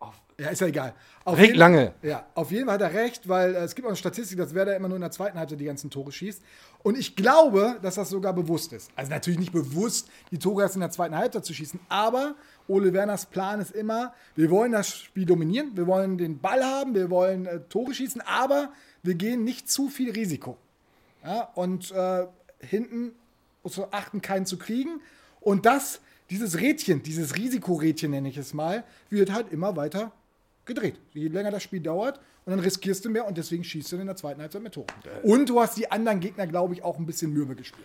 Speaker 3: Ja, ist ja egal. Auf
Speaker 1: Recht
Speaker 3: jeden,
Speaker 1: lange.
Speaker 3: Ja, auf jeden Fall hat er recht, weil äh, es gibt auch eine Statistik, dass Werder immer nur in der zweiten Halbzeit die ganzen Tore schießt. Und ich glaube, dass das sogar bewusst ist. Also natürlich nicht bewusst, die Tore erst in der zweiten Halbzeit zu schießen, aber Ole Werners Plan ist immer, wir wollen das Spiel dominieren, wir wollen den Ball haben, wir wollen äh, Tore schießen, aber wir gehen nicht zu viel Risiko. Ja, und äh, hinten muss man achten, keinen zu kriegen. Und das, dieses Rädchen, dieses Risikorädchen nenne ich es mal, wird halt immer weiter gedreht. Je länger das Spiel dauert und dann riskierst du mehr und deswegen schießt du in der zweiten Halbzeit mehr Tore. Und du hast die anderen Gegner, glaube ich, auch ein bisschen mürbe gespielt.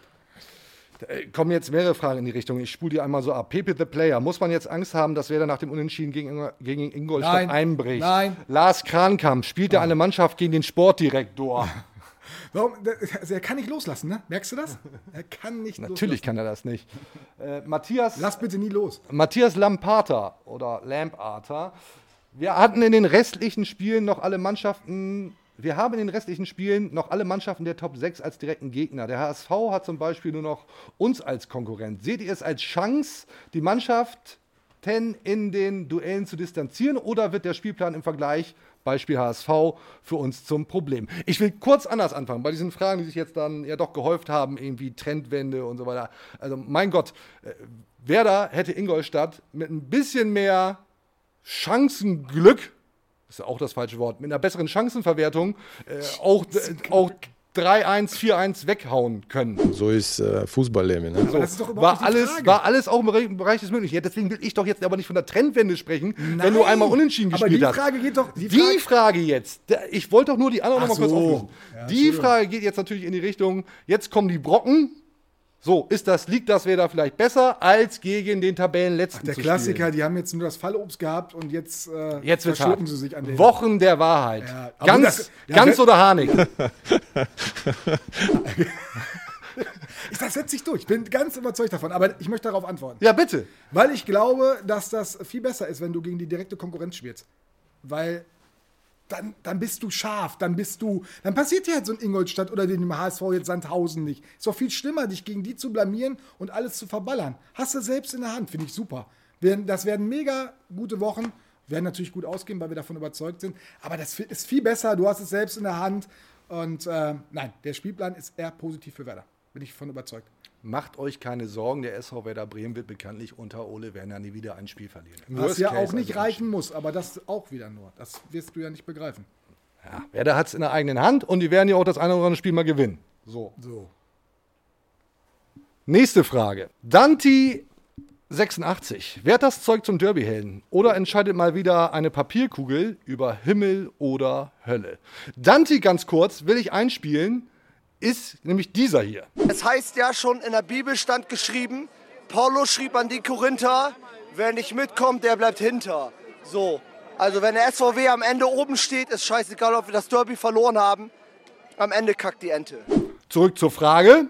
Speaker 1: Da kommen jetzt mehrere Fragen in die Richtung. Ich spule die einmal so ab. Pepe the Player. Muss man jetzt Angst haben, dass Werder nach dem Unentschieden gegen, gegen Ingolstadt
Speaker 3: Nein.
Speaker 1: einbricht?
Speaker 3: Nein.
Speaker 1: Lars Krankamp. Spielt er eine Mannschaft gegen den Sportdirektor?
Speaker 3: Warum? Also er kann nicht loslassen, ne? Merkst du das? Er kann nicht
Speaker 1: Natürlich
Speaker 3: loslassen.
Speaker 1: kann er das nicht. Äh, Matthias,
Speaker 3: Lass bitte nie los.
Speaker 1: Matthias Lampata oder Lamparter. Wir hatten in den restlichen Spielen noch alle Mannschaften, wir haben in den restlichen Spielen noch alle Mannschaften der Top sechs als direkten Gegner. Der H S V hat zum Beispiel nur noch uns als Konkurrent. Seht ihr es als Chance, die Mannschaften in den Duellen zu distanzieren, oder wird der Spielplan im Vergleich, Beispiel H S V, für uns zum Problem? Ich will kurz anders anfangen, bei diesen Fragen, die sich jetzt dann ja doch gehäuft haben, irgendwie Trendwende und so weiter. Also mein Gott, äh, Werder hätte Ingolstadt mit ein bisschen mehr Chancenglück, das ist auch das falsche Wort, mit einer besseren Chancenverwertung äh, auch, äh, auch drei eins, vier eins weghauen können.
Speaker 11: So ist äh, Fußballleben. Ne?
Speaker 3: Aber das ist doch überhaupt
Speaker 1: War
Speaker 3: nicht die
Speaker 1: alles,
Speaker 3: Frage.
Speaker 1: war alles auch im Bereich, im Bereich des Möglichen. Ja, deswegen will ich doch jetzt aber nicht von der Trendwende sprechen,
Speaker 3: Nein,
Speaker 1: wenn du einmal unentschieden
Speaker 3: aber
Speaker 1: gespielt
Speaker 3: die
Speaker 1: hast.
Speaker 3: Frage geht doch. Die
Speaker 1: Die
Speaker 3: Frage,
Speaker 1: Frage jetzt, der- ich wollte doch nur die andere
Speaker 3: Ach
Speaker 1: noch mal kurz
Speaker 3: so.
Speaker 1: auflösen.
Speaker 3: Ja,
Speaker 1: die
Speaker 3: Entschuldigung.
Speaker 1: Frage geht jetzt natürlich in die Richtung, jetzt kommen die Brocken. So, ist das, liegt das Werder vielleicht besser, als gegen den Tabellenletzten
Speaker 3: der
Speaker 1: zu
Speaker 3: Klassiker,
Speaker 1: spielen?
Speaker 3: die haben jetzt nur das Fallobst gehabt und jetzt, äh,
Speaker 1: Jetzt wird's
Speaker 3: verschlucken
Speaker 1: hart.
Speaker 3: sie sich an den.
Speaker 1: Wochen der Wahrheit.
Speaker 3: Ja, aber
Speaker 1: ganz
Speaker 3: das- ja,
Speaker 1: ganz
Speaker 3: wenn-
Speaker 1: oder Harnik?
Speaker 3: Das setzt sich durch. Ich bin ganz überzeugt davon. Aber ich möchte darauf antworten.
Speaker 1: Ja, bitte.
Speaker 3: Weil ich glaube, dass das viel besser ist, wenn du gegen die direkte Konkurrenz spielst. Weil dann, dann bist du scharf, dann bist du, dann passiert dir halt so ein Ingolstadt oder dem H S V jetzt Sandhausen nicht. Ist doch viel schlimmer, dich gegen die zu blamieren und alles zu verballern. Hast du selbst in der Hand, finde ich super. Werden- Das werden mega gute Wochen, werden natürlich gut ausgehen, weil wir davon überzeugt sind. Aber das ist viel besser, du hast es selbst in der Hand. Und äh, nein, der Spielplan ist eher positiv für Werder. Bin ich von überzeugt.
Speaker 1: Macht euch keine Sorgen, der S V Werder Bremen wird bekanntlich unter Ole Werner nie wieder ein Spiel verlieren. Im
Speaker 3: Was
Speaker 1: Worst
Speaker 3: ja
Speaker 1: Case
Speaker 3: auch nicht
Speaker 1: also
Speaker 3: reichen muss, aber das auch wieder nur. Das wirst du ja nicht begreifen.
Speaker 1: Ja, Werder hat es in der eigenen Hand und die werden ja auch das eine oder andere Spiel mal gewinnen. So.
Speaker 3: So.
Speaker 1: Nächste Frage. Danti sechsundachtzig. Wer hat das Zeug zum Derbyhelden? Oder entscheidet mal wieder eine Papierkugel über Himmel oder Hölle? Danti, ganz kurz, will ich einspielen, ist nämlich dieser hier.
Speaker 12: Es heißt ja schon, in der Bibel stand geschrieben, Paulus schrieb an die Korinther, wer nicht mitkommt, der bleibt hinter. So, also wenn der S V W am Ende oben steht, ist scheißegal, ob wir das Derby verloren haben. Am Ende kackt die Ente.
Speaker 1: Zurück zur Frage.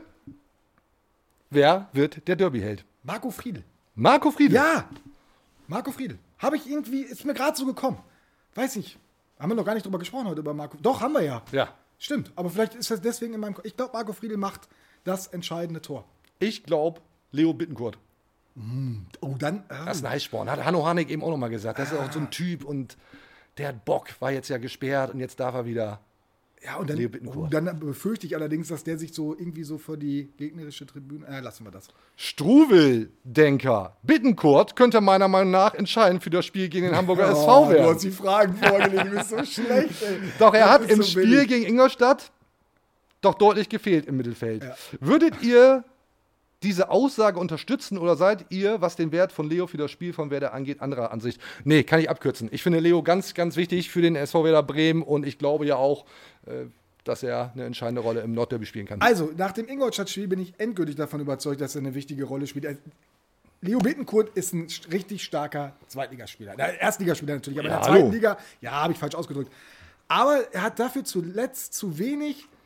Speaker 1: Wer wird der Derbyheld?
Speaker 3: Marco Friedl.
Speaker 1: Marco Friedl?
Speaker 3: Ja, Marco Friedl. Habe ich irgendwie, ist mir gerade so gekommen. Weiß nicht. Haben wir noch gar nicht drüber gesprochen heute über Marco. Doch, haben wir ja.
Speaker 1: Ja.
Speaker 3: Stimmt, aber vielleicht ist das deswegen in meinem Kopf. Ich glaube, Marco Friedl macht das entscheidende Tor.
Speaker 1: Ich glaube, Leo Bittencourt.
Speaker 3: Oh, dann. Ah.
Speaker 1: Das ist ein Heißsporn. Hat Hanno Harnik eben auch nochmal gesagt. Das ist auch so ein Typ und der hat Bock, war jetzt ja gesperrt und jetzt darf er wieder.
Speaker 3: Ja, und dann,
Speaker 1: Leo Bittencourt.
Speaker 3: oh, dann befürchte ich allerdings, dass der sich so irgendwie so für die gegnerische Tribüne. Äh, lassen wir das.
Speaker 1: Struwel-Denker. Bittencourt könnte meiner Meinung nach entscheidend für das Spiel gegen den Hamburger S V
Speaker 3: Oh, du
Speaker 1: werden.
Speaker 3: hast die Fragen vorgelegt, du bist so schlecht, ey.
Speaker 1: Doch, er
Speaker 3: Das
Speaker 1: hat
Speaker 3: ist
Speaker 1: im
Speaker 3: so
Speaker 1: Spiel
Speaker 3: billig.
Speaker 1: gegen Ingolstadt doch deutlich gefehlt im Mittelfeld. Würdet ihr diese Aussage unterstützen oder seid ihr, was den Wert von Leo für das Spiel von Werder angeht, anderer Ansicht? Nee, kann ich abkürzen. Ich finde Leo ganz, ganz wichtig für den S V Werder Bremen und ich glaube ja auch, äh, dass er eine entscheidende Rolle im Nordderby spielen kann.
Speaker 3: Also, nach dem Ingolstadt-Spiel bin ich endgültig davon überzeugt, dass er eine wichtige Rolle spielt. Also, Leo Bittencourt ist ein st- richtig starker Zweitligaspieler. Na, Erstligaspieler natürlich, aber
Speaker 1: Ja,
Speaker 3: in der
Speaker 1: hallo.
Speaker 3: zweiten Liga, ja, habe ich falsch ausgedrückt. Aber er hat dafür zuletzt zu wenig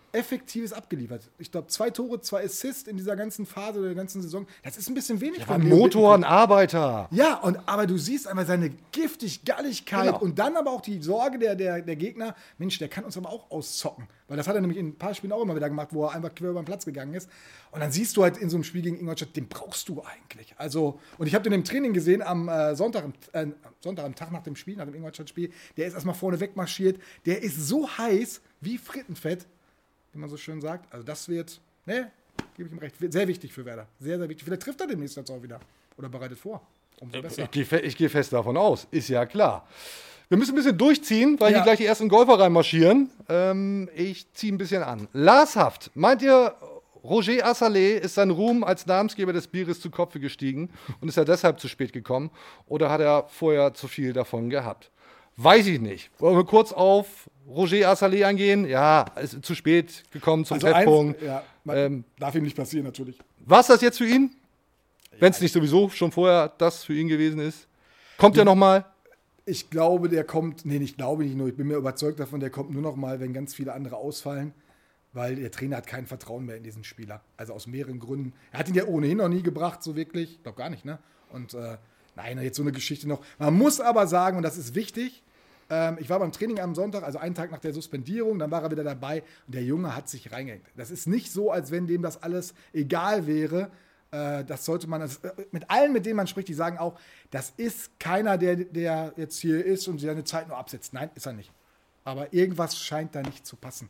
Speaker 3: Effektives abgeliefert. Ich glaube, zwei Tore, zwei Assists in dieser ganzen Phase der ganzen Saison. Das ist ein bisschen wenig.
Speaker 1: Der
Speaker 3: von
Speaker 1: war ein
Speaker 3: Leo
Speaker 1: Motor, ein
Speaker 3: Bittencourt.
Speaker 1: Arbeiter.
Speaker 3: Ja, und, aber du siehst einmal seine giftig Galligkeit
Speaker 1: Genau.
Speaker 3: und dann aber auch die Sorge der, der, der Gegner. Mensch, der kann uns aber auch auszocken. Weil das hat er nämlich in ein paar Spielen auch immer wieder gemacht, wo er einfach quer über den Platz gegangen ist. Und dann siehst du halt in so einem Spiel gegen Ingolstadt, den brauchst du eigentlich. Also, und ich habe den im Training gesehen am äh, Sonntag, äh, Sonntag, am Tag nach dem Spiel, nach dem Ingolstadt-Spiel. Der ist erstmal vorne wegmarschiert. Der ist so heiß wie Frittenfett, wie man so schön sagt. Also das wird, ne, gebe ich ihm recht, wird sehr wichtig für Werder. Sehr, sehr wichtig. Vielleicht trifft er demnächst jetzt auch wieder. Oder bereitet vor. Umso besser.
Speaker 1: Ich gehe fe ich geh fest davon aus. Ist ja klar. Wir müssen ein bisschen durchziehen, weil
Speaker 3: Ja.
Speaker 1: hier gleich die ersten Golfer reinmarschieren. Ähm, ich ziehe ein bisschen an. Lars Haft, meint ihr, Roger Assalé ist sein Ruhm als Namensgeber des Bieres zu Kopfe gestiegen und ist er deshalb zu spät gekommen? Oder hat er vorher zu viel davon gehabt? Weiß ich nicht. Wollen wir kurz auf Roger Assalé eingehen? Ja, ist zu spät gekommen zum
Speaker 3: Also
Speaker 1: Treffpunkt.
Speaker 3: eins, ja, man-
Speaker 1: Ähm,
Speaker 3: darf ihm nicht passieren, natürlich.
Speaker 1: War es das jetzt für ihn? Wenn es nicht sowieso schon vorher das für ihn gewesen ist. Kommt er nochmal?
Speaker 3: Ich glaube, der kommt, nee, ich glaube nicht nur, ich bin mir überzeugt davon, der kommt nur noch mal, wenn ganz viele andere ausfallen, weil der Trainer hat kein Vertrauen mehr in diesen Spieler. Also aus mehreren Gründen. Er hat ihn ja ohnehin noch nie gebracht, so wirklich. Ich glaube gar nicht, ne? Und äh, nein, jetzt so eine Geschichte noch. Man muss aber sagen, und das ist wichtig, ähm, ich war beim Training am Sonntag, also einen Tag nach der Suspendierung, dann war er wieder dabei und der Junge hat sich reingehängt. Das ist nicht so, als wenn dem das alles egal wäre. Äh, das sollte man, das, äh, mit allen, mit denen man spricht, die sagen auch, das ist keiner, der, der jetzt hier ist und seine Zeit nur absetzt. Nein, ist er nicht. Aber irgendwas scheint da nicht zu passen.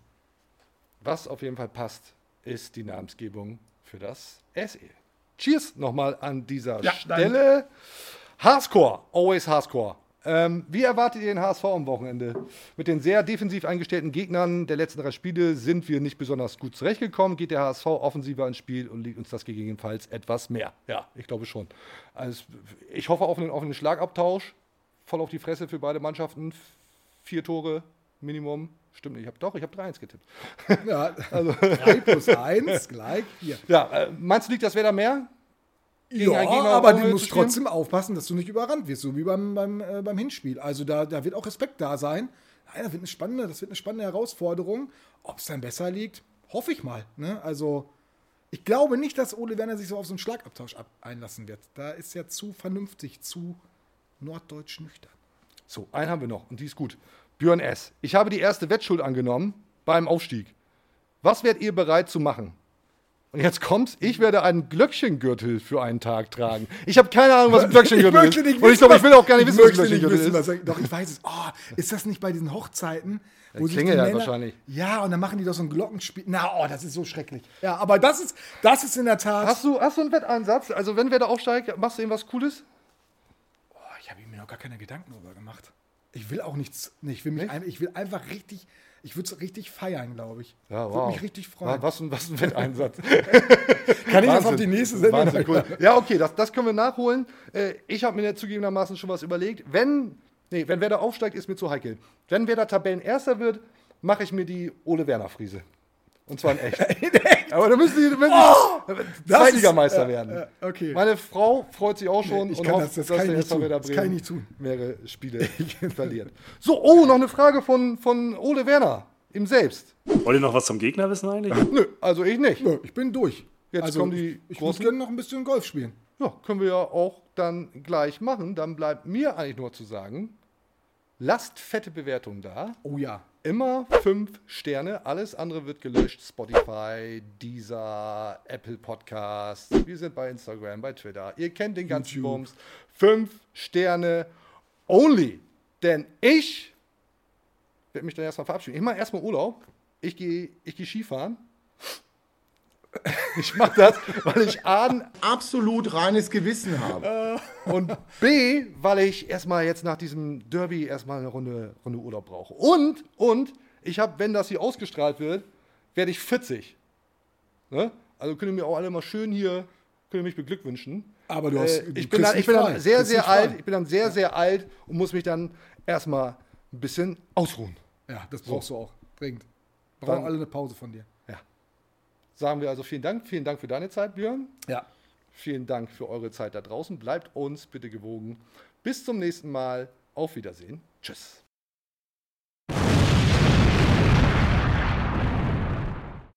Speaker 1: Was auf jeden Fall passt, ist die Namensgebung für das S E. Cheers nochmal an dieser
Speaker 3: Ja,
Speaker 1: Stelle. Hardcore, always Hardcore. Ähm, wie erwartet ihr den H S V am Wochenende? Mit den sehr defensiv eingestellten Gegnern der letzten drei Spiele sind wir nicht besonders gut zurechtgekommen. Geht der H S V offensiver ins Spiel und liegt uns das gegebenenfalls etwas mehr? Ja, ich glaube schon. Also, ich hoffe auf einen offenen Schlagabtausch. Voll auf die Fresse für beide Mannschaften. Vier Tore Minimum. Stimmt nicht, ich habe doch, ich habe drei eins getippt.
Speaker 3: Ja,
Speaker 1: also
Speaker 3: drei plus eins gleich vier.
Speaker 1: Ja, äh, meinst du, liegt das Werder mehr? Gegen
Speaker 3: Ja,
Speaker 1: einen Gegner
Speaker 3: aber
Speaker 1: auf
Speaker 3: du
Speaker 1: Augenhöhe
Speaker 3: musst
Speaker 1: zu spielen?
Speaker 3: trotzdem aufpassen, dass du nicht überrannt wirst, so wie beim, beim, äh, beim Hinspiel. Also da, da wird auch Respekt da sein. Nein, das wird eine spannende, das wird eine spannende Herausforderung. Ob es dann besser liegt, hoffe ich mal. Ne? Also ich glaube nicht, dass Ole Werner sich so auf so einen Schlagabtausch ab einlassen wird. Da ist er zu vernünftig, zu norddeutsch nüchtern.
Speaker 1: So, einen haben wir noch und die ist gut. Björn S. Ich habe die erste Wettschuld angenommen beim Aufstieg. Was wärt ihr bereit zu machen? Und jetzt kommt's, ich werde einen Glöckchengürtel für einen Tag tragen. Ich habe keine Ahnung, was ein Glöckchengürtel ist.
Speaker 3: nicht
Speaker 1: Und ich glaube, ich will auch gar nicht wissen, was ein
Speaker 3: möchte nicht
Speaker 1: Glöckchengürtel
Speaker 3: wissen,
Speaker 1: ist.
Speaker 3: was er, Doch, ich weiß es. Oh, ist das nicht bei diesen Hochzeiten?
Speaker 1: Ja, klingelt
Speaker 3: die
Speaker 1: halt
Speaker 3: Männer-
Speaker 1: wahrscheinlich.
Speaker 3: Ja, und dann machen die doch so ein Glockenspiel. Na, oh, das ist so schrecklich. Ja, aber das ist, das ist in der Tat...
Speaker 1: Hast du, hast du einen Wetteinsatz? Also wenn Werder aufsteigt, machst du irgendwas Cooles?
Speaker 3: Oh, ich habe mir noch gar keine Gedanken darüber gemacht. Ich will auch nichts. Nee, ich will mich ein, ich will einfach richtig. Ich würde es richtig feiern, glaube ich.
Speaker 1: Ja,
Speaker 3: Würde
Speaker 1: wow.
Speaker 3: mich richtig freuen.
Speaker 1: Was, ein- was ein Wetteinsatz.
Speaker 3: Kann ich das auf
Speaker 1: Wahnsinn.
Speaker 3: die nächste Sendung?
Speaker 1: Wahnsinn, cool. Ja, okay, das, das können wir nachholen. Äh, ich habe mir zugegebenermaßen schon was überlegt. Wenn, nee, wenn Werder aufsteigt, ist mir zu heikel. Wenn Werder Tabellenerster wird, mache ich mir die Ole Werner Friese. Und zwar in echt. Aber da müssen die, müssen
Speaker 3: Oh,
Speaker 1: die
Speaker 3: das
Speaker 1: Zweitligameister
Speaker 3: ist-
Speaker 1: werden.
Speaker 3: äh, äh, okay.
Speaker 1: Meine Frau freut sich auch schon
Speaker 3: Nee, ich
Speaker 1: und
Speaker 3: kann
Speaker 1: hofft,
Speaker 3: das- das
Speaker 1: dass
Speaker 3: kann
Speaker 1: der
Speaker 3: ich nicht
Speaker 1: S V
Speaker 3: tun.
Speaker 1: Werder
Speaker 3: Das kann ich
Speaker 1: Bremen
Speaker 3: nicht tun.
Speaker 1: mehrere Spiele verliert. So, oh, noch eine Frage von, von Ole Werner, ihm selbst.
Speaker 2: Wollt ihr noch was zum Gegner wissen eigentlich?
Speaker 1: Nö, also ich nicht.
Speaker 3: Nö, ich bin durch.
Speaker 1: Jetzt
Speaker 3: also,
Speaker 1: kommen die
Speaker 3: ich, ich muss
Speaker 1: großen-
Speaker 3: gerne noch ein bisschen Golf spielen.
Speaker 1: Ja, können wir ja auch dann gleich machen. Dann bleibt mir eigentlich nur zu sagen, lasst fette Bewertungen da.
Speaker 3: Oh ja.
Speaker 1: Immer fünf Sterne. Alles andere wird gelöscht. Spotify, Deezer, Apple Podcasts. Wir sind bei Instagram, bei Twitter. Ihr kennt den ganzen
Speaker 3: YouTube.
Speaker 1: Bums. Fünf Sterne only. Denn ich werde mich dann erstmal verabschieden. Ich mache erstmal Urlaub. Ich gehe ich geh Skifahren. Ich mache das, weil ich A, ein
Speaker 13: absolut reines Gewissen habe.
Speaker 1: Und B, weil ich erstmal jetzt nach diesem Derby erstmal eine Runde, Runde Urlaub brauche. Und, und, ich habe, wenn das hier ausgestrahlt wird, werde ich vierzig. Ne? Also könnt ihr mir auch alle mal schön hier, könnt ihr mich beglückwünschen.
Speaker 3: Aber du hast-
Speaker 1: Äh,
Speaker 3: du
Speaker 1: ich bin
Speaker 3: kriegst
Speaker 1: dann, ich
Speaker 3: nicht
Speaker 1: bin
Speaker 3: frei.
Speaker 1: dann sehr,
Speaker 3: Kriegst
Speaker 1: sehr
Speaker 3: nicht frei.
Speaker 1: alt. Ich bin dann sehr, sehr alt und muss mich dann erstmal ein bisschen ausruhen.
Speaker 3: Ja, das
Speaker 1: So.
Speaker 3: brauchst du auch. Dringend. Brauchen
Speaker 1: Dann-
Speaker 3: alle eine Pause von dir.
Speaker 1: Ja. Sagen wir also vielen Dank. Vielen Dank für deine Zeit, Björn.
Speaker 3: Ja.
Speaker 1: Vielen Dank für eure Zeit da draußen. Bleibt uns bitte gewogen. Bis zum nächsten Mal. Auf Wiedersehen. Tschüss.